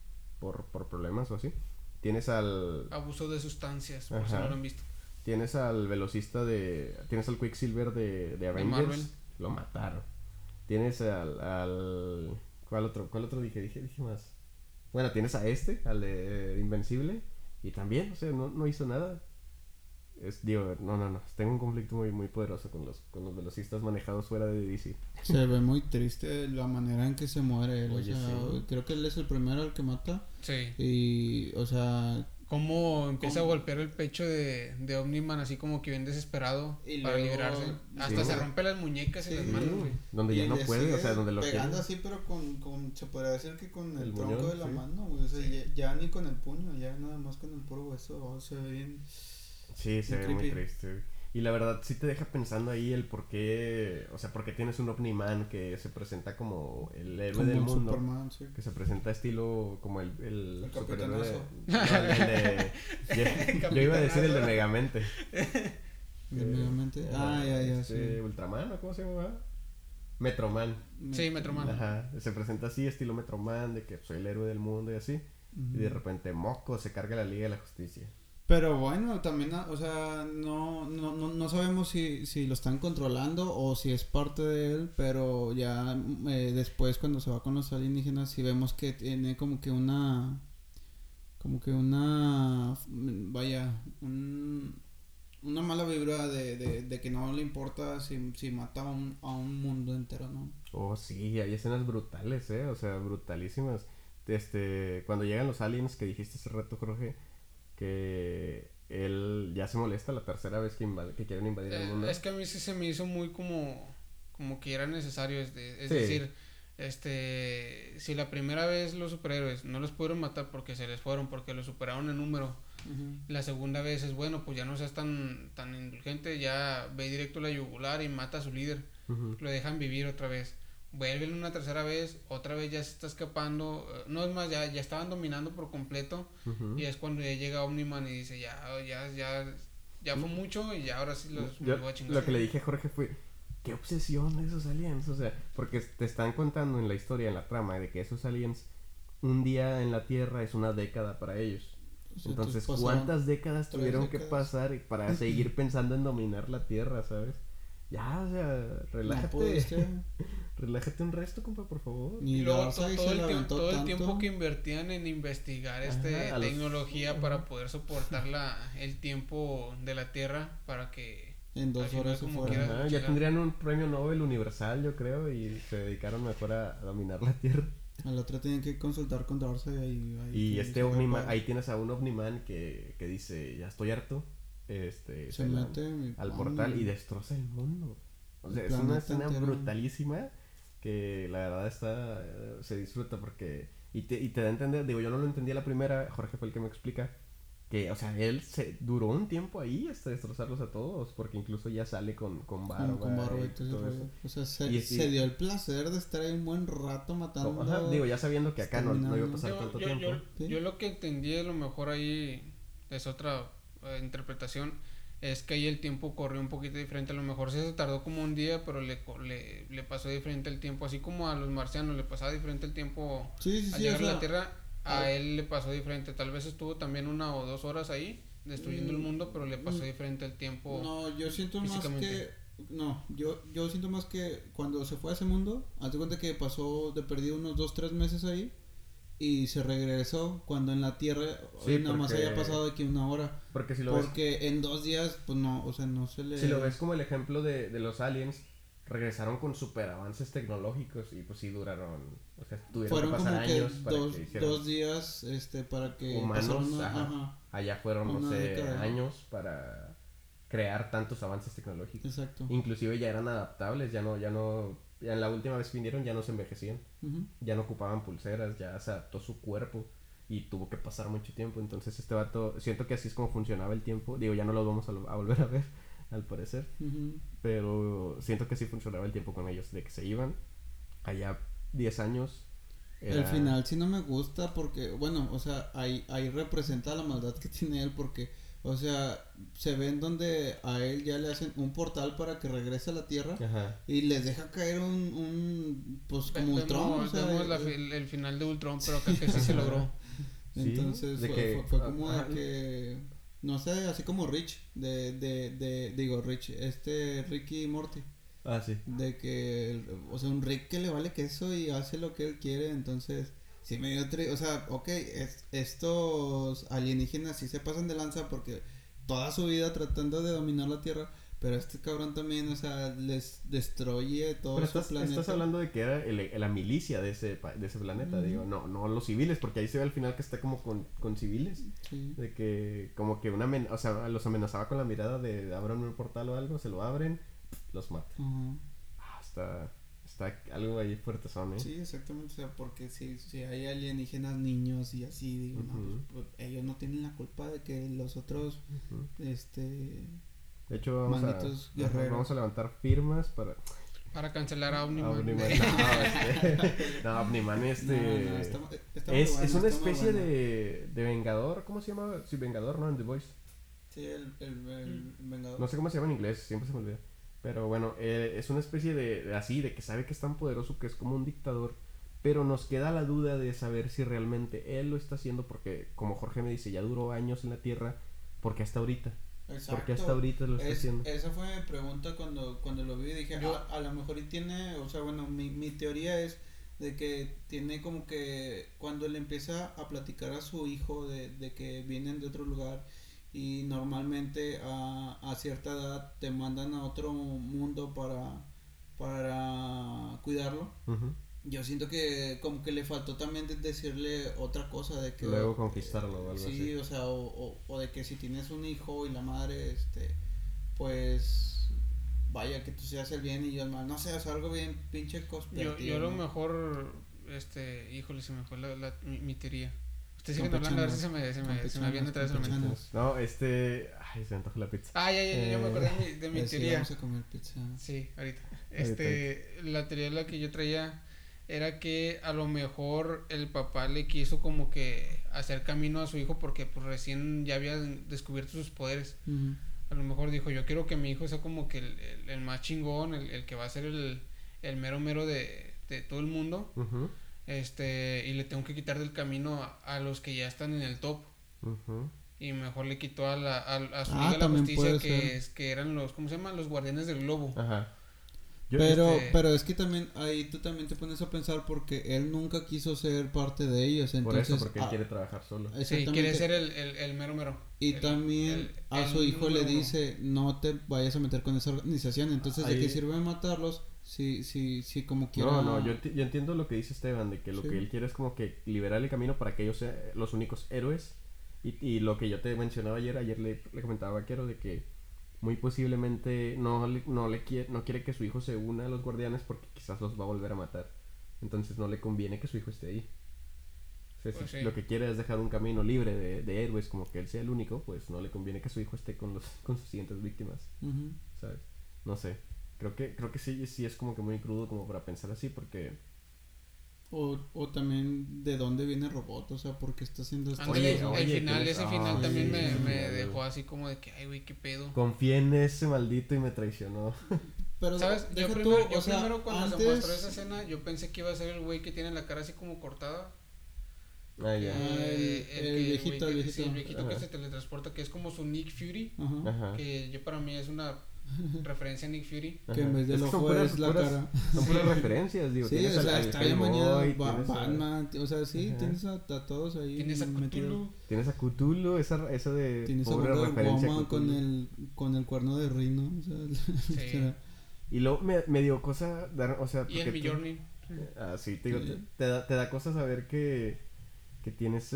por problemas o así. Tienes al... Abuso de sustancias, por si no lo han visto. Tienes al velocista de... Tienes al Quicksilver de Avengers. Marvel. Lo mataron. Tienes al... ¿Cuál otro dije? Dije más. Bueno, tienes a al de Invencible. Y también, o sea, no hizo nada. Digo, no. Tengo un conflicto muy, muy poderoso con los velocistas manejados fuera de DC. Se ve muy triste la manera en que se muere él. Oye, o sea, sí. creo que él es el primero al que mata. Sí. Y, o sea, Cómo empieza a golpear el pecho de Omniman así como que bien desesperado Y para luego- liberarse. Hasta Sí. se rompe las muñecas y las Sí. manos, güey. Donde y ya no le puede, o sigue sea, donde lo pegando quiere. así, pero con se podría decir que con el El tronco muñón, de la sí. mano, güey. O sea, ya ni con el puño, ya nada más con el puro hueso. O sea, bien. Sí, se ve Muy muy creepy. triste. Y la verdad sí te deja pensando ahí el por qué, o sea, porque tienes un Omni-Man que se presenta como el héroe Como del el mundo, Superman, sí. que se presenta estilo como el El superhéroe capitanazo. no, el de yo iba a decir el de Megamente. Obviamente. Ya, sí. Ultraman, ¿o cómo se llama? Metroman. Sí, Metroman. Ajá, se presenta así, estilo Metroman, de que soy el héroe del mundo y así. Y de repente Moco se carga la Liga de la Justicia. Pero bueno, también, o sea, no sabemos si lo están controlando o si es parte de él, pero ya después cuando se va con los alienígenas sí vemos que tiene vaya, una mala vibra de que no le importa si mata a un mundo entero, ¿no? Oh, sí, hay escenas brutales, o sea, brutalísimas. Cuando llegan los aliens que dijiste hace rato, Jorge, que él ya se molesta la tercera vez que quieren invadir el mundo. Es que a mí sí se me hizo muy como que era necesario, es Sí. decir, si la primera vez los superhéroes no los pudieron matar porque se les fueron, porque los superaron en número, la segunda vez es bueno, pues ya no seas tan indulgente, ya ve directo a la yugular y mata a su líder, lo dejan vivir otra vez. Vuelven una tercera vez, otra vez ya se está escapando, no es más, ya estaban dominando por completo, y es cuando ya llega Omniman y dice ya fue mucho y ya ahora sí los voy a chingar. Lo que le dije a Jorge fue, qué obsesión esos aliens, o sea, porque te están contando en la historia, en la trama, de que esos aliens, un día en la Tierra es una década para ellos. O sea, Entonces, pasaron ¿cuántas décadas 3 tuvieron que décadas. pasar para seguir pensando en dominar la Tierra, sabes? Ya, o sea, relájate. No pudiste. Relájate un resto, compa, por favor. Ni Y luego Darkseid todo se la aventó el tanto. tiempo que invertían en investigar Ajá, tecnología para poder soportar el tiempo de la Tierra para que En 2 al final horas se como fueron. quiera- Ajá, ya llegar. tendrían un premio Nobel universal, yo creo, y se dedicaron mejor a dominar la Tierra. Al otro tienen que consultar con Darkseid Y que este se va Omniman, para- ahí tienes a un Omniman que dice, ya estoy harto. se mete al portal y destroza el mundo. O sea, El es una planeta escena entero. brutalísima que la verdad se disfruta porque... Y te da a entender, digo, yo no lo entendí a la primera, Jorge fue el que me explica, Que, o sea, él se duró un tiempo ahí hasta destrozarlos a todos, porque incluso ya sale con barba. Con barba y y todo ese todo rollo. eso. O sea, se, Y se dio el placer de estar ahí un buen rato matando. Ajá, digo, ya sabiendo que acá no iba a pasar Yo, tanto yo, tiempo. yo, yo lo que entendí a lo mejor ahí es otra interpretación, es que ahí el tiempo corrió un poquito diferente, a lo mejor sí se tardó como un día, pero le pasó diferente el tiempo, así como a los marcianos le pasaba diferente el tiempo Sí, sí, al sí, llegar o sea, a la Tierra, a él le pasó diferente, tal vez estuvo también 1 o 2 horas ahí destruyendo el mundo, pero le pasó diferente el tiempo. No, yo siento más físicamente. que... No, yo siento más que cuando se fue a ese mundo, hazte cuenta que pasó de perdido unos 2-3 meses ahí y se regresó cuando en la Tierra Sí, nada más porque- haya pasado de que 1 hora. Porque si lo ves, Porque en 2 días, pues no, o sea, no se le... si lo ves como el ejemplo de los aliens, regresaron con super avances tecnológicos y pues sí duraron, o sea, tuvieron Fueron que pasar como que años para dos, que hicieran 2 días para que humanos, pasara una... ajá. Ajá, Allá fueron, no una sé, década. años para crear tantos avances tecnológicos. Exacto. Inclusive ya eran adaptables, ya en la última vez que vinieron ya no se envejecían, Ujú. ya no ocupaban pulseras, ya se adaptó su cuerpo y tuvo que pasar mucho tiempo. Entonces este vato, siento que así es como funcionaba el tiempo. Digo, ya no lo vamos a volver a ver, al parecer. Ujú. Pero siento que así funcionaba el tiempo con ellos, de que se iban allá 10 años. El final sí no me gusta porque, bueno, o sea, ahí representa la maldad que tiene él porque, o sea, se ven donde a él ya le hacen un portal para que regrese a la Tierra Ajá. y les deja caer pues como Ultron, o sea, Vemos el final de Ultron, pero creo que sí se logró. Sí, entonces de fue, que- fue como ajá. de que, no sé, así como Rich, digo Rich, Ricky y Morty. Ah, sí. De que, o sea, un Rick que le vale queso y hace lo que él quiere, entonces, sí me dio o sea, ok, estos alienígenas sí se pasan de lanza porque toda su vida tratando de dominar la Tierra, pero este cabrón también, o sea, les destruye todo Pero su planeta. estás hablando de que era la milicia de ese planeta, digo, no los civiles, porque ahí se ve al final que está como con civiles, Sí. de que como que o sea, los amenazaba con la mirada de abran un portal o algo, se lo abren, los mata. Ajá. Está algo ahí fuertezón, ¿eh? Sí, exactamente, o sea, porque si hay alienígenas niños y así, digo, no, Ujú. pues, ellos no tienen la culpa de que los otros, Ujú. este, De hecho, Malditos guerreros. vamos a levantar firmas para Cancelar a Omniman. Omniman. No, Omniman, no, está muy es bueno, una está muy especie bueno. de Vengador, ¿cómo se llama? Sí, Vengador, ¿no? En The Voice. Sí, el Vengador. No sé cómo se llama en inglés, siempre se me olvida. Pero bueno, es una especie de que sabe que es tan poderoso que es como un dictador. Pero nos queda la duda de saber si realmente él lo está haciendo porque, como Jorge me dice, ya duró años en la Tierra. ¿Por qué hasta ahorita? Exacto. Porque hasta ahorita lo está haciendo. Esa fue mi pregunta cuando lo vi. Dije, a lo mejor y tiene, o sea, bueno, mi teoría es de que tiene como que cuando le empieza a platicar a su hijo de que vienen de otro lugar y normalmente a cierta edad te mandan a otro mundo para cuidarlo. Ujú. Yo siento que como que le faltó también decirle otra cosa de que Luego conquistarlo o algo sí, así. o sea, o de que si tienes un hijo y la madre, pues vaya que tú seas el bien y yo el mal, no sé, o sea, algo bien pinche conspirativo. Yo a lo ¿no? mejor, híjole, se me fue mi teoría. Ustedes siguen Campechano. hablando, a ver si se me viene otra vez a la mente. Campechanos. No, ay, se me antoja la pizza. Ah, ya me acordé de mi Sí, teoría. vamos a comer pizza. Sí, ahorita. Ahorita. La teoría la que yo traía era que a lo mejor el papá le quiso como que hacer camino a su hijo porque pues recién ya había descubierto sus poderes. Ujú. A lo mejor dijo, yo quiero que mi hijo sea como que el más chingón, el que va a ser el mero mero de todo el mundo. Ujú, Y le tengo que quitar del camino a los que ya están en el top. ujú. Y mejor le quitó a su Ah, Liga de la también Justicia puede que eran los, ¿cómo se llaman? Los guardianes del globo. Ajá. Pero es que también ahí tú también te pones a pensar porque él nunca quiso ser parte de ellos, Por entonces eso, porque él quiere trabajar solo. Sí, exactamente. quiere ser el mero mero. Y también a su hijo le número uno. dice, no te vayas a meter con esa organización. Entonces, ¿de Ahí- qué sirve matarlos? Si como quiera... No, yo entiendo lo que dice Esteban, de que lo Sí. que él quiere es como que liberar el camino para que ellos sean los únicos héroes. Y lo que yo te mencionaba ayer le comentaba a Vaquero de que muy posiblemente no quiere que su hijo se una a los guardianes porque quizás los va a volver a matar. Entonces no le conviene que su hijo esté ahí. O sea, Pues si sí. lo que quiere es dejar un camino libre de héroes, como que él sea el único, pues no le conviene que su hijo esté con sus siguientes víctimas, Ujú. ¿sabes? No sé. Creo que sí es como que muy crudo como para pensar así, porque... O también de dónde viene el robot, o sea, por qué está haciendo esto. Ándale, Oye, el final, tienes- ese final también sí, me sí, dejó así como de que, ay, güey, qué pedo. Confié en ese maldito y me traicionó. Pero ¿Sabes? Yo deja primero, tú, o sea, cuando se antes... mostró esa escena, yo pensé que iba a ser el güey que tiene la cara así como cortada. Ah, ya. el viejito, el Sí, el viejito. viejito que Ajá. se teletransporta, que es como su Nick Fury. Ajá. Ajá. Que yo para mí es una referencia a Nick Fury. Que en vez del Es que son ojo puras- es la puras- cara. Son puras referencias, digo. Sí, tienes o sea, al está bien bañado. Hellboy, tienes a- Batman, o sea, sí, Ajá. tienes a todos ahí. Tienes a metidos. Cthulhu. Tienes a Cthulhu, esa de Tienes a pobre Wonder referencia a Woman Cthulhu. con el cuerno de Rino. O sea, Sí. o sea, Y luego me dio cosa dar, o sea, Y el porque tú- Mjolnir. Ah, sí, te digo, Sí. te da cosa saber que tienes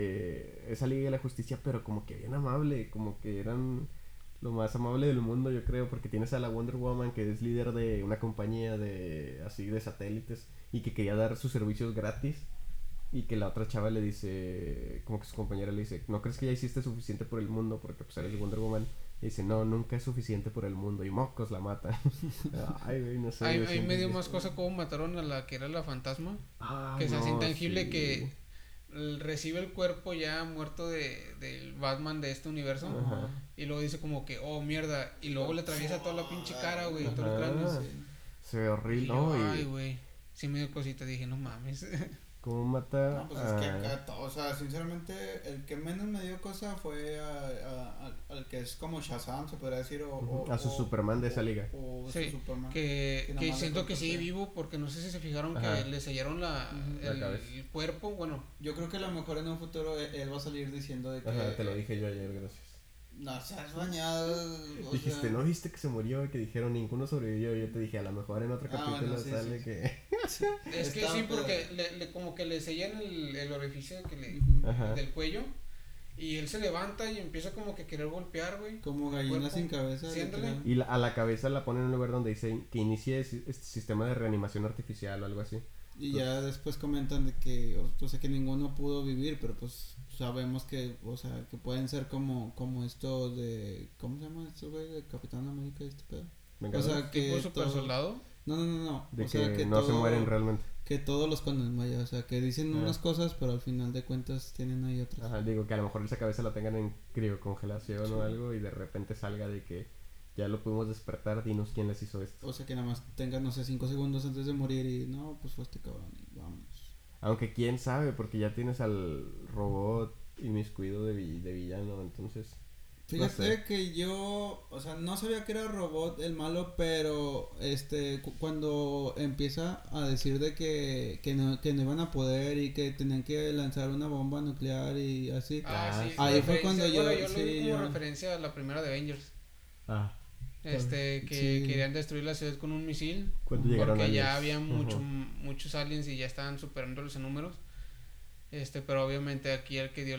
esa Liga de la Justicia, pero como que bien amable, como que eran lo más amable del mundo, yo creo, porque tienes a la Wonder Woman que es líder de una compañía de así de satélites y que quería dar sus servicios gratis y que la otra chava le dice, como que su compañera le dice, ¿no crees que ya hiciste suficiente por el mundo? Porque pues eres Wonder Woman. Y dice, no, nunca es suficiente por el mundo. Y mocos la mata. Ay, güey, no sé. Ahí yo me siento dio que- más cosa cómo mataron a la que era la fantasma. Ay, Que se hace no, intangible, sí. que recibe el cuerpo ya muerto del Batman de este universo. Ajá. Y luego dice como que, oh mierda. Y luego le atraviesa toda la pinche cara, güey, todo el Ajá. cráneo. Se ve Y horrible, yo, ¿no? ay, Y güey. Sí me dio cosita, dije, no mames. cómo mata No, pues es que acá, o sea, sinceramente, el que menos me dio cosa fue al que es como Shazam, se podría decir, a su Superman de esa liga. O Sí, su Superman. que nada más le siento que cortó, sigue sí. vivo, porque no sé si se fijaron Ajá. que le sellaron La cabeza. el cuerpo. Bueno, Yo creo que a lo mejor en un futuro él va a salir diciendo de que... Ajá, te lo dije yo ayer, gracias. No seas bañado. O Dijiste, sea, ¿no viste que se murió? Y que dijeron, ninguno sobrevivió. Yo te dije, a lo mejor en otro Ah, capítulo bueno, sí, sale sí, que... es que Está sí, pedo. porque como que le sellan el orificio Ujú. Ajá. del cuello. Y él se levanta y empieza como que a querer golpear, güey. Como gallina Cuerpo. sin cabeza. Sí, ándale. literal. Y a la cabeza la ponen en un lugar donde dice que inicie este sistema de reanimación artificial o algo así. Y ya después comentan de que, o sea, que ninguno pudo vivir, pero pues sabemos que, o sea, que pueden ser como esto de, ¿cómo se llama esto, güey? De Capitán América y este pedo. Venga, O sea, que Tipo super todo- soldado. No. de O que, sea, que no se todo- mueren realmente. Que todos los condenan, vaya, o sea, que dicen Ah. unas cosas, pero al final de cuentas tienen ahí otras. Ajá, digo que a lo mejor esa cabeza la tengan en criocongelación Sí. o algo y de repente salga de que ya lo pudimos despertar, dinos quién les hizo esto. O sea, que nada más tengan, no sé, 5 segundos antes de morir y no, pues fue este cabrón y vámonos. Aunque quién sabe, porque ya tienes al robot inmiscuido de villano, entonces... Fíjate sé. que yo, o sea, no sabía que era robot el malo, pero cuando empieza a decir de que no iban a poder y que tenían que lanzar una bomba nuclear y así. Ah, Sí. ahí fue cuando yo- Bueno, yo lo sí, vi como yo- referencia a la primera de Avengers. Ah, Que Sí. querían destruir la ciudad con un misil. cuando llegaron Porque ya aliens. había Ajá. muchos aliens y ya estaban superándolos en números. Pero obviamente aquí el que dio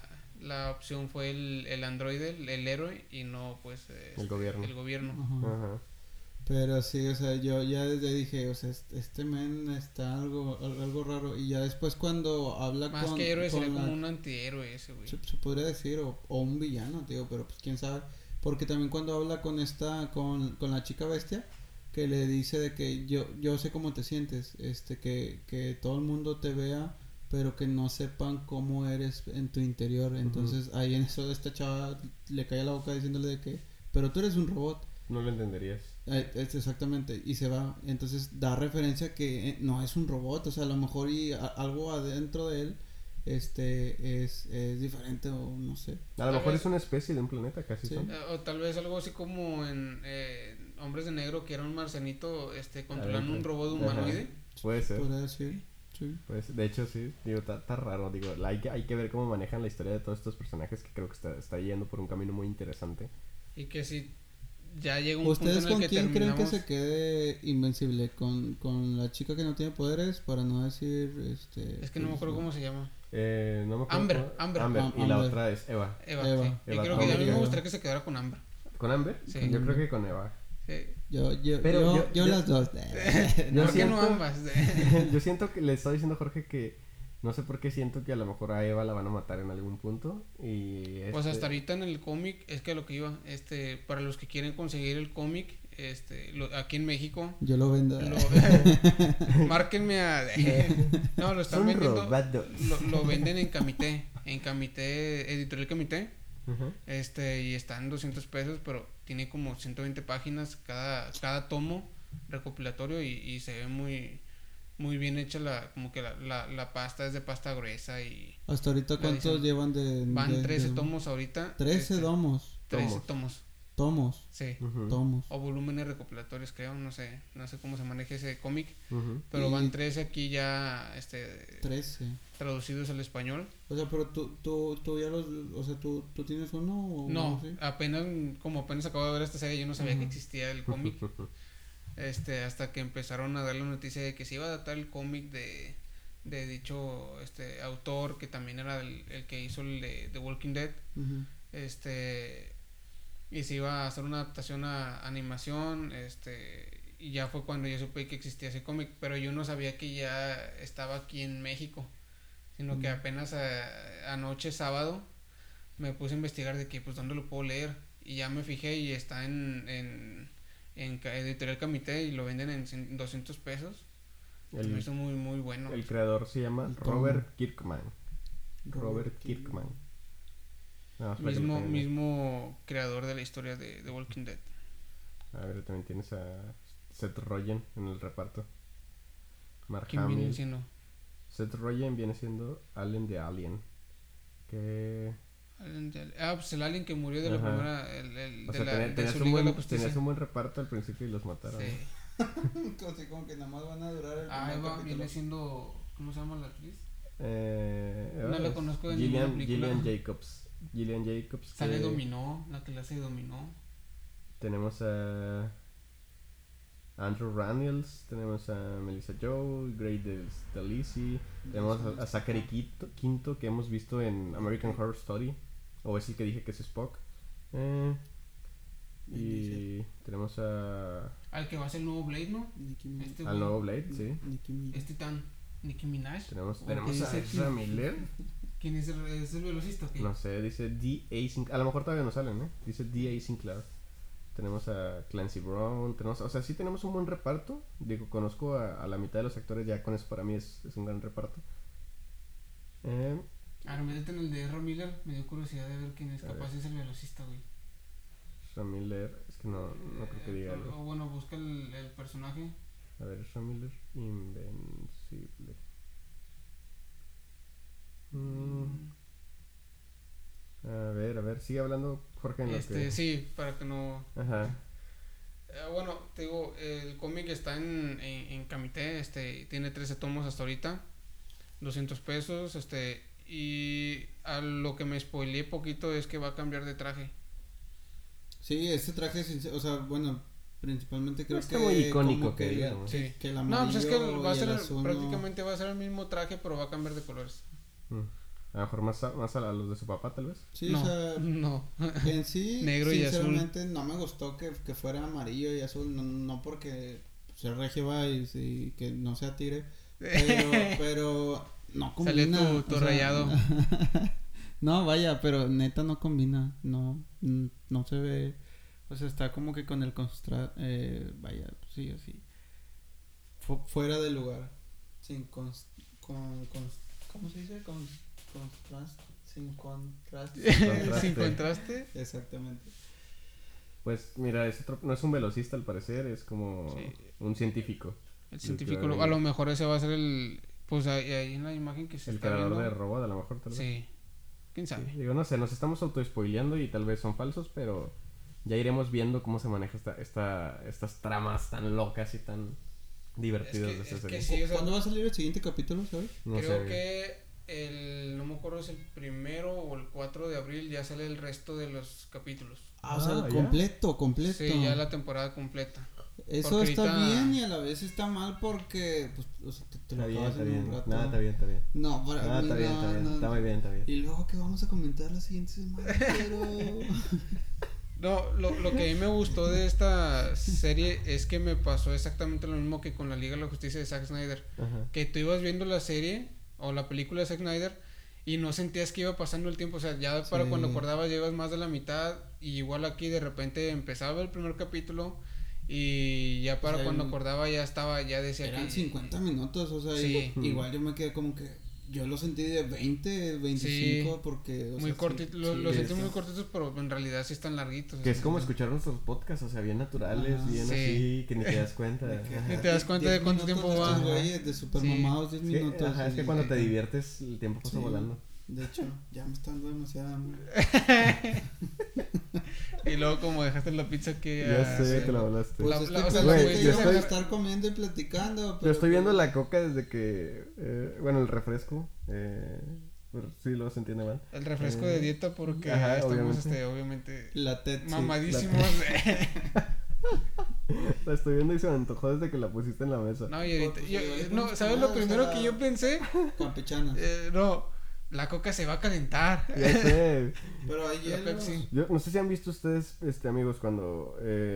la opción fue el androide, el héroe, y no pues El gobierno. el gobierno. Ajá. Ajá. Pero sí, o sea, yo ya desde dije, o sea, este men está algo raro. Y ya después cuando habla Más con... que héroe con sería la- como un antihéroe ese, güey. se podría decir, o un villano, tío, pero pues quién sabe. Porque también cuando habla con con la chica bestia, que le dice de que yo sé cómo te sientes, que todo el mundo te vea, pero que no sepan cómo eres en tu interior. Entonces ahí en eso esta chava le cae a la boca diciéndole de que, pero tú eres un robot. No lo entenderías. Exactamente, y se va. Entonces da referencia que no es un robot, o sea, a lo mejor algo adentro de él es diferente o no sé. A lo Tal mejor vez- es una especie de un planeta, casi Sí. son. O tal vez algo así como en Hombres de Negro, que era un marcianito controlando un robot Ajá. humanoide. Puede ser. Podría decir, sí. Pues, de hecho, sí, digo, está raro, digo, hay que ver cómo manejan la historia de todos estos personajes que creo que está yendo por un camino muy interesante. Y que si ya llega un punto ¿Ustedes en el con que quién creen que terminamos. se quede invencible? ¿Con la chica que no tiene poderes? Para no decir, Es que no me acuerdo cómo se llama. No me acuerdo. Amber, Amber. Y la Amber. otra es Eva. Eva, Eva. sí. Y Eva creo que a mí Thompson. me gustaría que se quedara con Amber. ¿Con Amber? Sí. Yo creo que con Eva. Sí. Pero yo- las dos. Yo ¿Por qué no siento- ambas? Yo siento que le estaba diciendo a Jorge que No sé por qué siento que a lo mejor a Eva la van a matar en algún punto. Y Pues hasta ahorita en el cómic, es que a lo que iba, para los que quieren conseguir el cómic, aquí en México, Yo lo vendo. márquenme a... no, lo están Son vendiendo, robados. lo venden en Camité, Editorial Camité, Ajá. y están 200 pesos, pero tiene como 120 páginas cada tomo recopilatorio y se ve muy bien hecha como que la pasta es de pasta gruesa y Hasta ahorita, ¿cuántos edición. llevan van 13 tomos ahorita. 13 tomos. 13 tomos. Tomos. Sí. Ujú. Tomos. O volúmenes recopilatorios, creo, no sé cómo se maneja ese cómic, Ujú. pero Y- van 13 aquí ya 13. traducidos al español. O sea, pero tú ya los, o sea, tú tienes uno o No, sí? apenas acabo de ver esta serie, yo no sabía que Ujú. existía el cómic. Hasta que empezaron a dar la noticia de que se iba a adaptar el cómic de dicho autor, que también era el que hizo el de The Walking Dead. Ujú. Y se iba a hacer una adaptación a animación, y ya fue cuando yo supe que existía ese cómic, pero yo no sabía que ya estaba aquí en México, sino que apenas anoche sábado me puse a investigar de que pues dónde lo puedo leer, y ya me fijé y está en Editorial Camité y lo venden en 200 pesos. Me El, hizo muy muy bueno. el creador se llama El tomo. Robert Kirkman. Robert Kirkman. No, espera que lo tenga. Mismo creador de la historia de The Walking Dead. A ver, también tienes a Seth Rogen en el reparto. Mark ¿Quién viene Hamill. siendo? Seth Rogen viene siendo Allen de Alien. Que... Pues el alien que murió de la Ajá. primera, O de sea, la de tenías, su un Liga de la buen, Justicia. tenías un buen reparto al principio y los mataron. Sí. Como que nada más van a durar el Ah, primer Eva capítulo. viene siendo, ¿cómo se llama la actriz? No la conozco de ninguna película. Gillian Jacobs. Gillian Jacobs. Sale que Dominó, la que la hace Dominó. Tenemos a Andrew Rannells, tenemos a Melissa Joe, Grace Delisi, tenemos a Zachary Quinto que hemos visto en American Horror Story, o es el que dije que es Spock. Y tenemos Al que va a ser el nuevo Blade, ¿no? Nicki Minaj. Este al güey, nuevo Blade, sí. Nicki Minaj. Nicki Minaj. Tenemos ¿O a qué dice? Ezra Miller. ¿Quién es el velocista? ¿O qué? No sé, dice D.A. Sinclair. A lo mejor todavía no salen, ¿eh? Dice D.A. Sinclair. Tenemos a Clancy Brown. O sea, sí tenemos un buen reparto. Digo, conozco a la mitad de los actores. Ya con eso para mí es un gran reparto. Ahora métete en el de Ezra Miller. Me dio curiosidad de ver quién es. A Capaz ver. es el velocista, güey. Ezra Miller. Es que no creo que diga algo. O bueno, busca el personaje. A ver, Ezra Miller. Invencible. A ver, sigue hablando Jorge en lo que... Sí, para que no... Ajá. Bueno, te digo, el cómic está en Camité, tiene 13 tomos hasta ahorita, 200 pesos, y a lo que me spoileé poquito es que va a cambiar de traje. Sí, este traje, o sea, bueno, principalmente creo Está que muy icónico como que el- digamos. Sí. que el No, pues es que amarillo va a y ser, el azul, ¿no? prácticamente va a ser el mismo traje, pero va a cambiar de colores. A lo mejor más a los de su papá, tal vez. Sí, No, o sea, no. en sí, Negro y azul. sinceramente no me gustó que fuera amarillo y azul, no porque se regio va y que no sea tigre, pero no Sale combina. tu o sea, rayado. no, vaya, pero neta no combina, no se ve, o sea, está como que con el vaya, sí, así, fuera de lugar, sin ¿cómo se dice? Contraste, sin contraste. Sin contraste. Exactamente. Pues mira, no es un velocista al parecer, es como Sí. un científico. El científico, creador a lo mejor ese va a ser pues ahí en la imagen que se El está creador viendo. de Robot, a lo mejor, tal vez. Sí. ¿Quién sabe? Sí, digo, no sé, nos estamos auto-spoileando y tal vez son falsos, pero ya iremos viendo cómo se maneja estas tramas tan locas y tan divertidas de esta es serie. que sí, o sea, ¿Cuándo va a salir el siguiente capítulo, sabes? No creo sé. que no me acuerdo es el 1 o el 4 de abril ya sale el resto de los capítulos. O sea, ¿ya? completo. Sí, ya la temporada completa. Eso porque está ahorita- bien y a la vez está mal porque, pues, o sea, te lo Está bien, acabas está en un bien. rato. Nada, está bien. No, para Nada, mí está bien, no, está bien. no. Está muy bien, está bien. Y luego que vamos a comentar la siguiente semana, pero... No, lo que a mí me gustó de esta serie es que me pasó exactamente lo mismo que con la Liga de la Justicia de Zack Snyder. Ajá. Que tú ibas viendo la serie, o la película de Zack Snyder y no sentías que iba pasando el tiempo, o sea, ya para Sí. cuando acordabas llevas más de la mitad y igual aquí de repente empezaba el primer capítulo y ya para O sea, cuando acordaba ya estaba, ya decía eran que 50 minutos, o sea, Sí. igual yo me quedé como que yo lo sentí de 20, 25 Sí. porque, o muy sea, cortito, sí, los sí, sentí muy está- cortitos, pero en realidad sí están larguitos. Que o es sea, como sí. escuchar nuestros podcasts, o sea, bien naturales, Ajá. bien Sí. así, que ni te das cuenta. de que, Ajá. Ni te das cuenta 10 de cuánto minutos tiempo de estos va. güeyes de super Sí. mamados, 10 Es que, minutos. ajá, es que y- cuando te diviertes, el tiempo pasa Sí. volando. De hecho, ya me está dando demasiada hambre. Y luego como dejaste la pizza que Ya sé, sí. te la volaste. Pues La- es que la- o sea, pensé güey, que yo íbamos estoy- a estar comiendo y platicando. Yo Pero estoy viendo pues, la coca desde que, bueno, el refresco, pero sí luego se entiende mal. El refresco de dieta porque ajá, estamos obviamente. obviamente La TED, sí, mamadísimos. La estoy viendo y se me antojó desde que la pusiste en la mesa. No, y ahorita, Pues, yo- igual no, podemos ¿sabes tomar, lo o primero sea, que yo pensé? campechanas. No, la coca se va a calentar. Ya sé. Pero hay La hielo. Pepsi. Yo no sé si han visto ustedes, amigos, cuando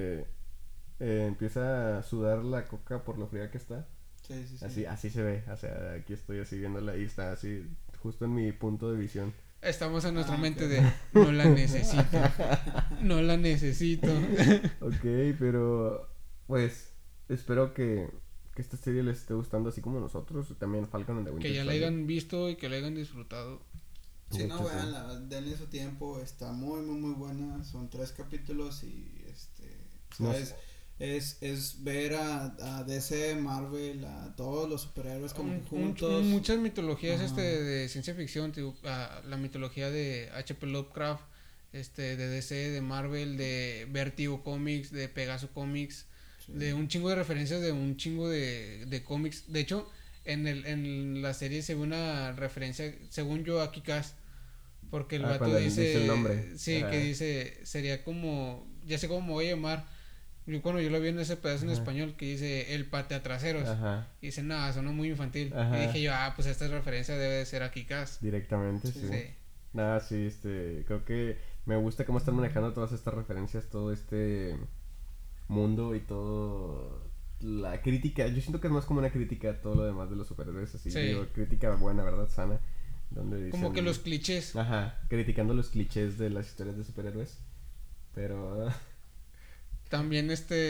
empieza a sudar la coca por lo fría que está. Sí, sí, sí. Así se ve. O sea, aquí estoy así viéndola y está así, justo en mi punto de visión. Estamos en nuestra Ah, mente ok. de no la necesito. No la necesito. Ok, pero pues espero que esta serie les esté gustando así como nosotros. También Falcon and the Winter Que ya la Soldier. hayan visto y que la hayan disfrutado. Si De no, hecho, sí. veanla, denle su tiempo, está muy, muy, muy buena. Son 3 capítulos y No ¿sabes? Es ver a DC, Marvel, a todos los superhéroes como que juntos. Muchas mitologías Ajá. de ciencia ficción, la mitología de H.P. Lovecraft, de DC, de Marvel, de Vertigo Comics, de Pegaso Comics, Sí. de un chingo de referencias de un chingo de cómics. De hecho, en la serie se ve una referencia, según yo, a Kick-Ass, porque el vato cuando dice, dice el nombre. sí, Ajá. que dice, sería como, ya sé cómo me voy a llamar. Cuando yo lo vi en ese pedazo en Ajá. español que dice el pateatraseros. Ajá, Y dice, nada, sonó muy infantil. Ajá. Y dije yo, pues esta referencia debe de ser a Kick-Ass. directamente, sí. Sí. Nada, sí, creo que me gusta cómo están manejando todas estas referencias, todo este mundo y todo la crítica. Yo siento que es más como una crítica a todo lo demás de los superhéroes, así, Sí. digo, crítica buena, ¿verdad? Sana, donde Como dicen- que los clichés. Ajá, criticando los clichés de las historias de superhéroes, pero... También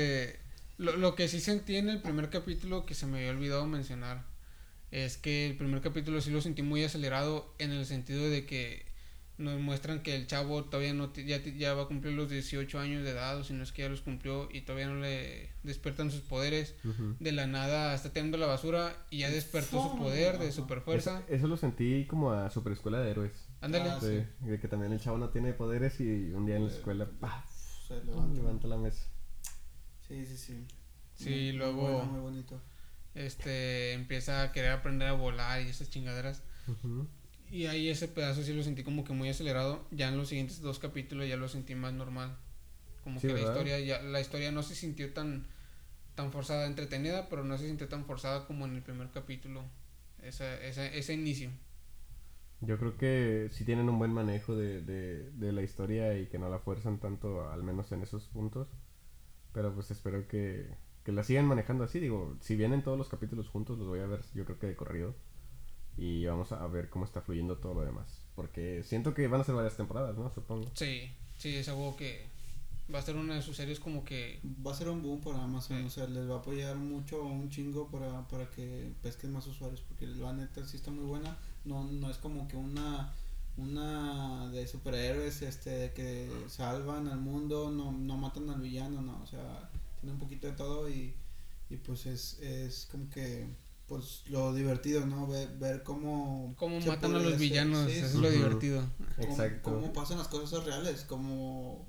lo que sí sentí en el primer capítulo que se me había olvidado mencionar es que el primer capítulo sí lo sentí muy acelerado en el sentido de que nos muestran que el chavo todavía no ya va a cumplir los 18 años de edad, o si no es que ya los cumplió y todavía no le despiertan sus poderes. Ujú. De la nada está tirando la basura y ya despertó su poder de Ajá. super fuerza. Eso lo sentí como a Super Escuela de Héroes. Ándale. Ah, Sí, sí. de que también el chavo no tiene poderes y un día en la escuela, ¡pah! Se levanta. Levanta la mesa. Sí, sí, sí. Sí, Muy luego bueno, muy bonito. empieza a querer aprender a volar y esas chingaderas. Ujú. Y ahí ese pedazo sí lo sentí como que muy acelerado. Ya en los siguientes 2 capítulos ya lo sentí más normal. Como Sí, que ¿verdad? la historia no se sintió tan forzada, entretenida, pero no se sintió tan forzada como en el primer capítulo. Ese inicio. Yo creo que sí tienen un buen manejo de la historia y que no la fuerzan tanto, al menos en esos puntos. Pero pues espero que la sigan manejando así. Digo, si vienen todos los capítulos juntos, los voy a ver yo creo que de corrido. Y vamos a ver cómo está fluyendo todo lo demás. Porque siento que van a ser varias temporadas, ¿no? Supongo. Sí, es algo que va a ser una de sus series como que... Va a ser un boom para Amazon, Sí. o sea, les va a apoyar mucho, un chingo para que pesquen más usuarios, porque la neta sí está muy buena, no es como que una de superhéroes, de que salvan al mundo, no matan al villano, no, o sea, tiene un poquito de todo y pues es como que, pues lo divertido, ¿no? Ver cómo... Cómo se matan a podría los hacer, villanos, sí, eso es sí, lo Ujú. divertido. Exacto. cómo pasan las cosas reales, como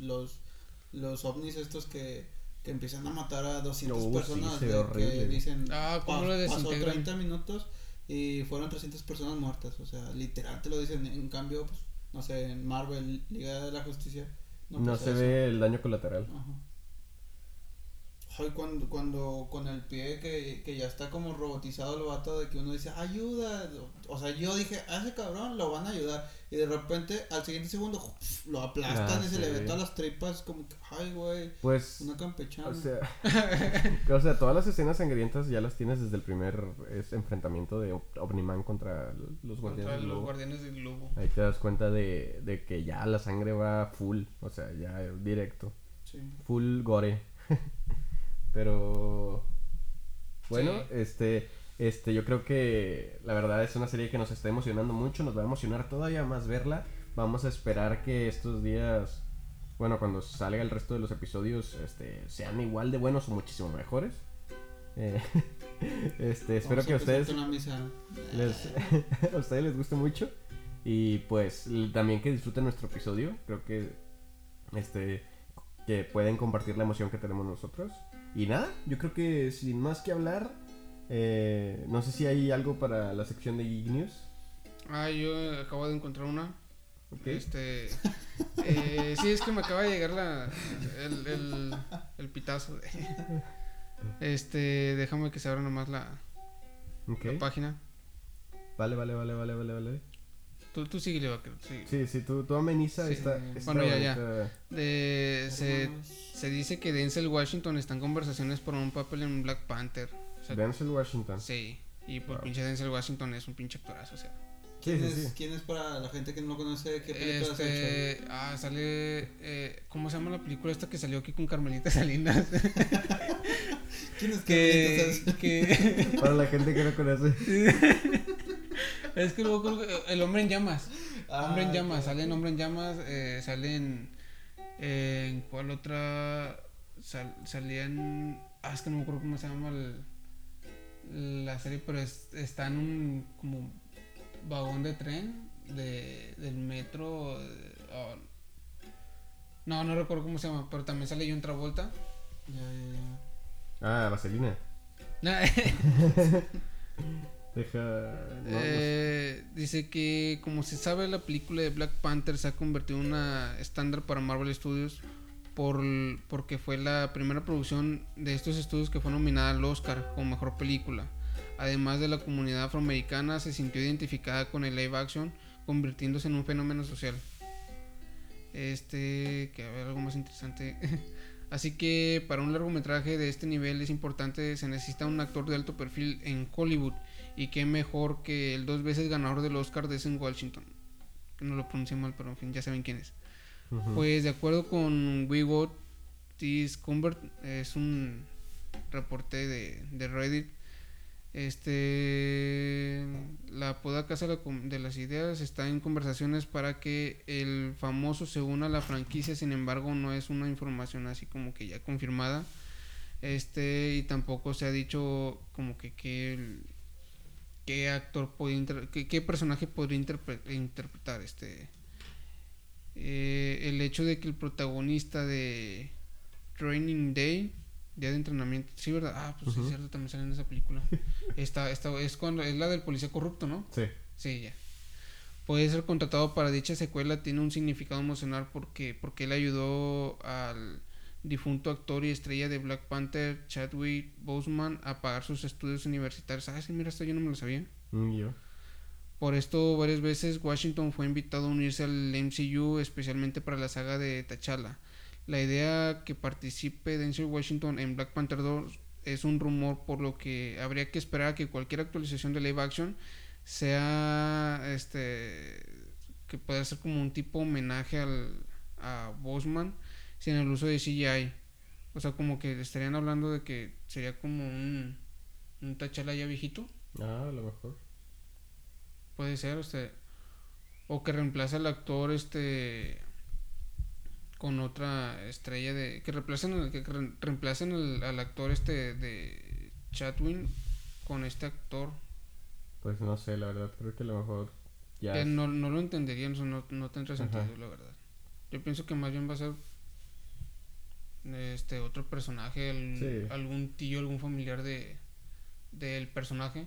los ovnis estos que empiezan a matar a 200 Sí, personas, se ve de horrible. que dicen ¿Cómo lo pasó desintegran? 30 minutos y fueron 300 personas muertas, o sea, literal te lo dicen. En cambio, pues, no sé, en Marvel, Liga de la Justicia, No pasa se eso. ve el daño colateral. Ajá. Ay, cuando con el pie que ya está como robotizado el vato, de que uno dice, ayuda. O sea, yo dije, a ese cabrón lo van a ayudar. Y de repente, al siguiente segundo, lo aplastan y se le ven todas las tripas. Como que, ay, güey. Pues, una campechana. o sea, todas las escenas sangrientas ya las tienes desde el primer enfrentamiento de Omniman contra los Guardianes del Lobo. Guardianes del Lobo. Ahí te das cuenta de que ya la sangre va full, o sea, ya directo. Sí. Full gore. Pero bueno, Sí. yo creo que la verdad es una serie que nos está emocionando mucho, nos va a emocionar todavía más verla. Vamos a esperar que estos días, bueno, cuando salga el resto de los episodios, sean igual de buenos o muchísimo mejores. Espero que a ustedes a ustedes les guste mucho y pues también que disfruten nuestro episodio. Creo que que pueden compartir la emoción que tenemos nosotros. Y nada, yo creo que sin más que hablar, no sé si hay algo para la sección de Geek News. Yo acabo de encontrar una. Okay. Sí, es que me acaba de llegar el pitazo. Déjame que se abra nomás la página. Vale. Tú síguele, vaquero. Sí, tú ameniza sí. esta Bueno, ya. Se dice que Denzel Washington está en conversaciones por un papel en Black Panther. O sea, Denzel Washington. Sí, y pues pinche Denzel Washington es un pinche actorazo, o sea. ¿Quién es para la gente que no lo conoce? ¿Qué película se ha hecho? Sale... ¿cómo se llama la película esta que salió aquí con Carmelita Salinas? ¿Quién es Carmelita Salinas? Para la gente que no conoce. Es que luego El Hombre en Llamas. Hombre en Llamas, sale en Hombre en Llamas, sale en ¿cuál otra? Salía en... es que no me acuerdo cómo se llama la serie, pero está en un como vagón de tren del metro. No recuerdo cómo se llama, pero también sale John Travolta. Vaselina. Dice que, como se sabe, la película de Black Panther se ha convertido en una estándar para Marvel Studios porque fue la primera producción de estos estudios que fue nominada al Oscar como mejor película. Además de la comunidad afroamericana se sintió identificada con el live action, convirtiéndose en un fenómeno social. Que a ver, algo más interesante. Así que para un largometraje de este nivel es importante, se necesita un actor de alto perfil en Hollywood. Y qué mejor que el 2 veces ganador del Oscar, Denzel Washington. Que no lo pronuncié mal, pero en fin, ya saben quién es. Uh-huh. Pues de acuerdo con We Got This Convert, es un reporte de Reddit. La Poda Casa de las Ideas está en conversaciones para que el famoso se una a la franquicia. Sin embargo, no es una información así como que ya confirmada. Y tampoco se ha dicho como que qué actor puede qué personaje podría interpretar el hecho de que el protagonista de Training Day, día de entrenamiento, sí, verdad, pues uh-huh. Sí, es cierto, también sale en esa película. esta es cuando es la del policía corrupto, ¿no? Sí, ya. Puede ser contratado para dicha secuela, tiene un significado emocional porque él ayudó al difunto actor y estrella de Black Panther, Chadwick Boseman, a pagar sus estudios universitarios. Sí, mira, esto yo no me lo sabía. Yo. Por esto, varias veces Washington fue invitado a unirse al MCU, especialmente para la saga de T'Challa. La idea que participe Denzel Washington en Black Panther 2 es un rumor, por lo que habría que esperar a que cualquier actualización de live action sea que pueda ser como un tipo homenaje a Boseman sin el uso de CGI. O sea, como que estarían hablando de que sería como un T'Challa ya viejito. A lo mejor. Puede ser, o que reemplace al actor con otra estrella que reemplacen al actor de Chadwick con este actor. Pues no sé, la verdad, creo que a lo mejor ya no lo entenderían, no tendría sentido. Ajá. La verdad. Yo pienso que más bien va a ser otro personaje, sí. Algún tío, algún familiar del personaje.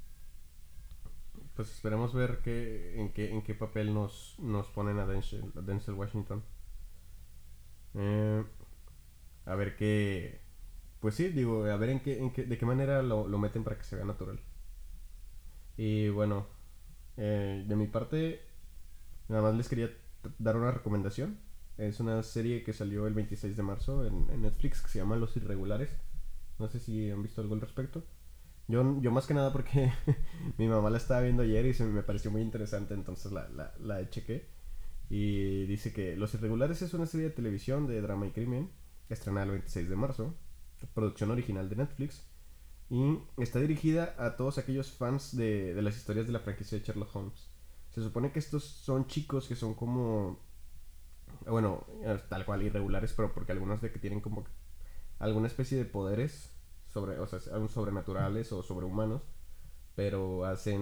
Pues esperemos ver en qué papel nos ponen a Denzel Washington. A ver qué pues sí, digo, a ver de qué manera lo meten para que se vea natural. Y bueno, de mi parte, nada más les quería dar una recomendación. Es una serie que salió el 26 de marzo en Netflix que se llama Los Irregulares. No sé si han visto algo al respecto. Yo más que nada porque mi mamá la estaba viendo ayer y me pareció muy interesante, entonces la chequé. Y dice que Los Irregulares es una serie de televisión de drama y crimen, estrenada el 26 de marzo, producción original de Netflix, y está dirigida a todos aquellos fans de las historias de la franquicia de Sherlock Holmes. Se supone que estos son chicos que son como, bueno, tal cual irregulares, pero porque algunos de que tienen como alguna especie de poderes o sea, sobrenaturales o sobrehumanos, pero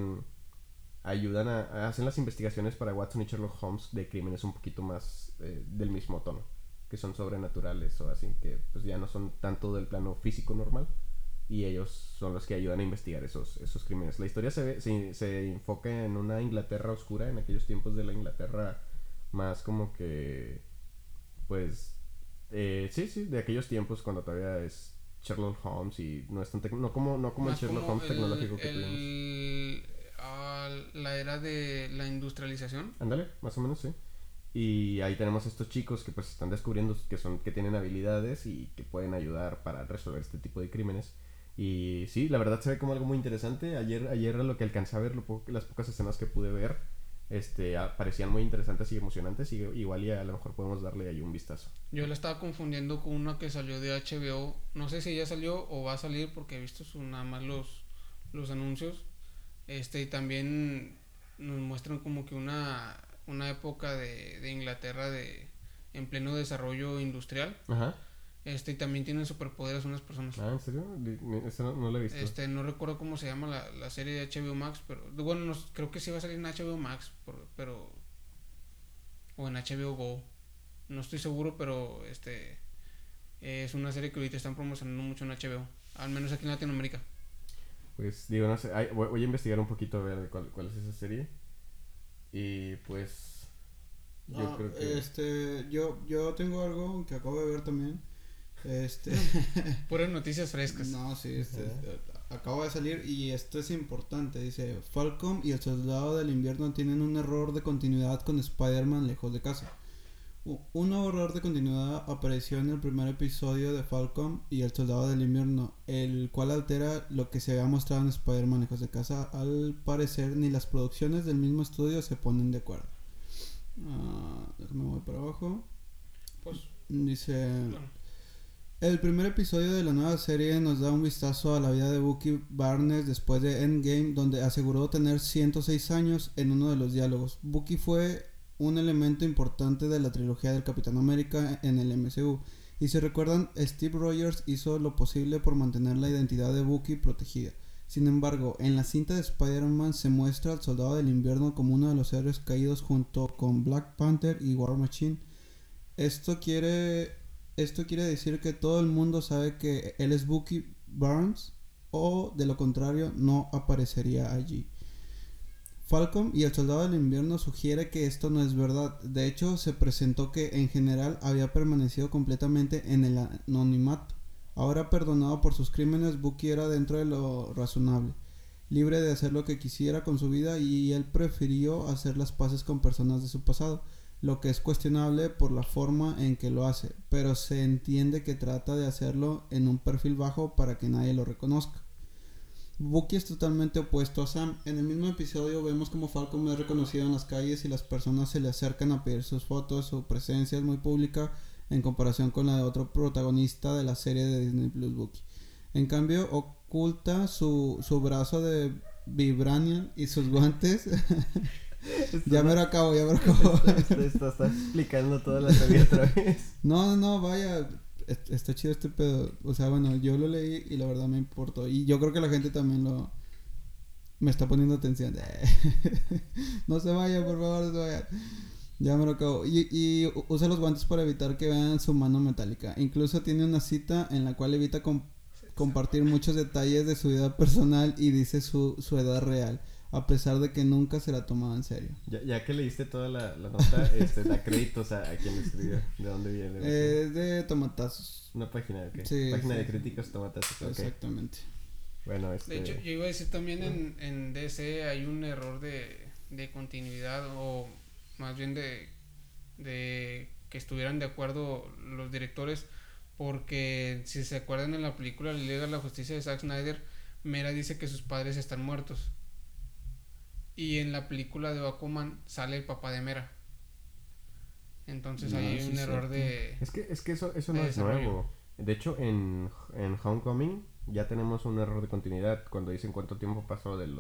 hacen las investigaciones para Watson y Sherlock Holmes de crímenes un poquito más del mismo tono, que son sobrenaturales o así, que pues ya no son tanto del plano físico normal, y ellos son los que ayudan a investigar esos crímenes. La historia se enfoca en una Inglaterra oscura, en aquellos tiempos de la Inglaterra más como que, pues, sí, de aquellos tiempos cuando todavía es Sherlock Holmes y no es tan no como el Sherlock Holmes tecnológico que tuvimos. La era de la industrialización. Ándale, más o menos, sí. Y ahí tenemos estos chicos que pues están descubriendo que tienen habilidades y que pueden ayudar para resolver este tipo de crímenes. Y sí, la verdad se ve como algo muy interesante. Ayer a lo que alcancé a ver, las pocas escenas que pude ver, parecían muy interesantes y emocionantes, y igual a lo mejor podemos darle ahí un vistazo. Yo la estaba confundiendo con una que salió de HBO. No sé si ya salió o va a salir porque he visto nada más los anuncios. Y también nos muestran como que una época de Inglaterra en pleno desarrollo industrial. Ajá. Y también tienen superpoderes unas personas. Ah, ¿en serio? Eso no lo he visto. No recuerdo cómo se llama la serie de HBO Max, pero bueno, creo que sí va a salir en HBO Max, pero o en HBO Go. No estoy seguro, pero es una serie que ahorita están promocionando mucho en HBO, al menos aquí en Latinoamérica. Pues digo, no sé, voy a investigar un poquito a ver cuál es esa serie. Y pues yo creo que yo tengo algo que acabo de ver también. Puras noticias frescas. No, sí, acaba de salir y esto es importante. Dice: Falcon y el Soldado del Invierno tienen un error de continuidad con Spider-Man lejos de casa. Un nuevo error de continuidad apareció en el primer episodio de Falcon y el Soldado del Invierno, el cual altera lo que se había mostrado en Spider-Man lejos de casa. Al parecer ni las producciones del mismo estudio se ponen de acuerdo. Déjame voy para abajo. Pues dice: el primer episodio de la nueva serie nos da un vistazo a la vida de Bucky Barnes después de Endgame, donde aseguró tener 106 años. En uno de los diálogos, Bucky fue un elemento importante de la trilogía del Capitán América en el MCU, y si recuerdan, Steve Rogers hizo lo posible por mantener la identidad de Bucky protegida. Sin embargo, en la cinta de Spider-Man se muestra al Soldado del Invierno como uno de los héroes caídos junto con Black Panther y War Machine. Esto quiere decir que todo el mundo sabe que él es Bucky Barnes, o de lo contrario no aparecería allí. Falcon y el Soldado del Invierno sugiere que esto no es verdad. De hecho, se presentó que en general había permanecido completamente en el anonimato. Ahora perdonado por sus crímenes, Bucky era dentro de lo razonable, libre de hacer lo que quisiera con su vida, y él prefirió hacer las paces con personas de su pasado, lo que es cuestionable por la forma en que lo hace, pero se entiende que trata de hacerlo en un perfil bajo para que nadie lo reconozca. Bucky es totalmente opuesto a Sam. En el mismo episodio vemos como Falcon es reconocido en las calles y las personas se le acercan a pedir sus fotos. Su presencia es muy pública en comparación con la de otro protagonista de la serie de Disney Plus, Bucky. En cambio, oculta su brazo de Vibranium y sus guantes. Ya me lo acabo. Estás explicando toda la serie otra vez. No, vaya, está chido este pedo. O sea, bueno, yo lo leí y la verdad me importó. Y yo creo que la gente también me está poniendo atención. No se vaya, por favor, no se vaya. Ya me lo acabo. Y usa los guantes para evitar que vean su mano metálica. Incluso tiene una cita en la cual evita compartir muchos detalles de su vida personal y dice su edad real. a pesar de que nunca se la tomaba en serio. Ya que leíste toda la nota, da créditos a quien escribió, de dónde viene. De Tomatazos. Una página, ok. Sí, Página sí. de críticos Tomatazos, ok. Exactamente. Bueno, De hecho, yo iba a decir también en DC hay un error de continuidad, o más bien de que estuvieran de acuerdo los directores, porque si se acuerdan en la película La Liga de la Justicia de Zack Snyder, Mera dice que sus padres están muertos, y en la película de Aquaman sale el papá de Mera. Entonces No, ahí hay sí un es error cierto. de... Es que eso no de es desarrollo. nuevo. De hecho, en Homecoming ya tenemos un error de continuidad cuando dicen cuánto tiempo pasó de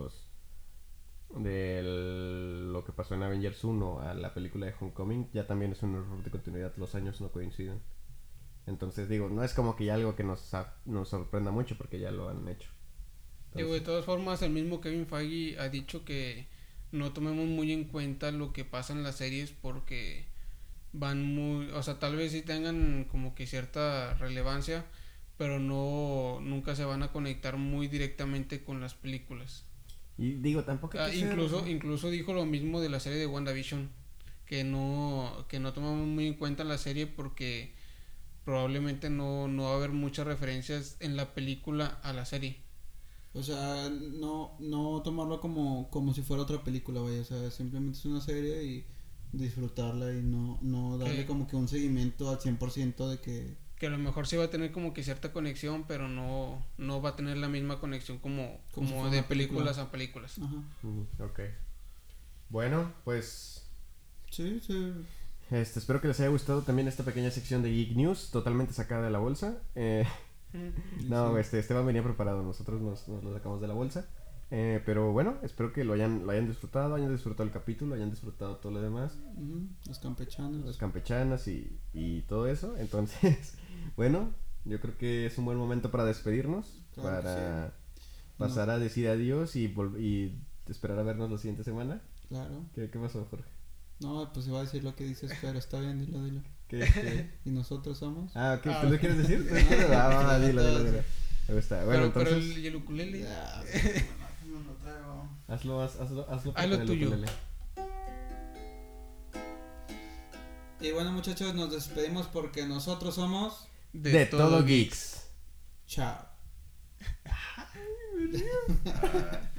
lo que pasó en Avengers 1 a la película de Homecoming, ya también es un error de continuidad, los años no coinciden. Entonces digo, no es como que ya algo que nos sorprenda mucho porque ya lo han hecho. Digo, de todas formas, el mismo Kevin Feige ha dicho que no tomemos muy en cuenta lo que pasa en las series porque van muy, o sea, tal vez sí tengan como que cierta relevancia, pero nunca se van a conectar muy directamente con las películas. Y digo, tampoco hay que ser... Incluso dijo lo mismo de la serie de WandaVision, que no tomamos muy en cuenta la serie porque probablemente no va a haber muchas referencias en la película a la serie. O sea, no tomarlo como si fuera otra película, vaya. O sea, simplemente es una serie y disfrutarla y no darle Sí. como que un seguimiento al 100% de que... Que a lo mejor sí va a tener como que cierta conexión, pero no va a tener la misma conexión como Como si fuera de una película. películas a películas. Ajá. Ok. Bueno, pues Sí. espero que les haya gustado también esta pequeña sección de Geek News, totalmente sacada de la bolsa. No, Sí. Esteban venía preparado, nosotros nos lo sacamos de la bolsa. Pero bueno, espero que lo hayan disfrutado, hayan disfrutado el capítulo, hayan disfrutado todo lo demás, Ujú, los campechanos. las campechanas y todo eso. Entonces, bueno, yo creo que es un buen momento para despedirnos, Claro que para sí. pasar a decir adiós y esperar a vernos la siguiente semana. Claro. ¿Qué pasó, Jorge? No, pues iba a decir lo que dices, pero está bien, dilo. ¿Qué? ¿Y nosotros somos? Ah, ok, Ah, ¿tú lo ok. quieres decir? Dilo. Me gusta. Bueno, pero entonces... ¿y el ukulele? Ya, no lo traigo. Hazlo Haz con lo el tuyo. ukulele. Y bueno, muchachos, nos despedimos porque nosotros somos... De todo geeks. Chao.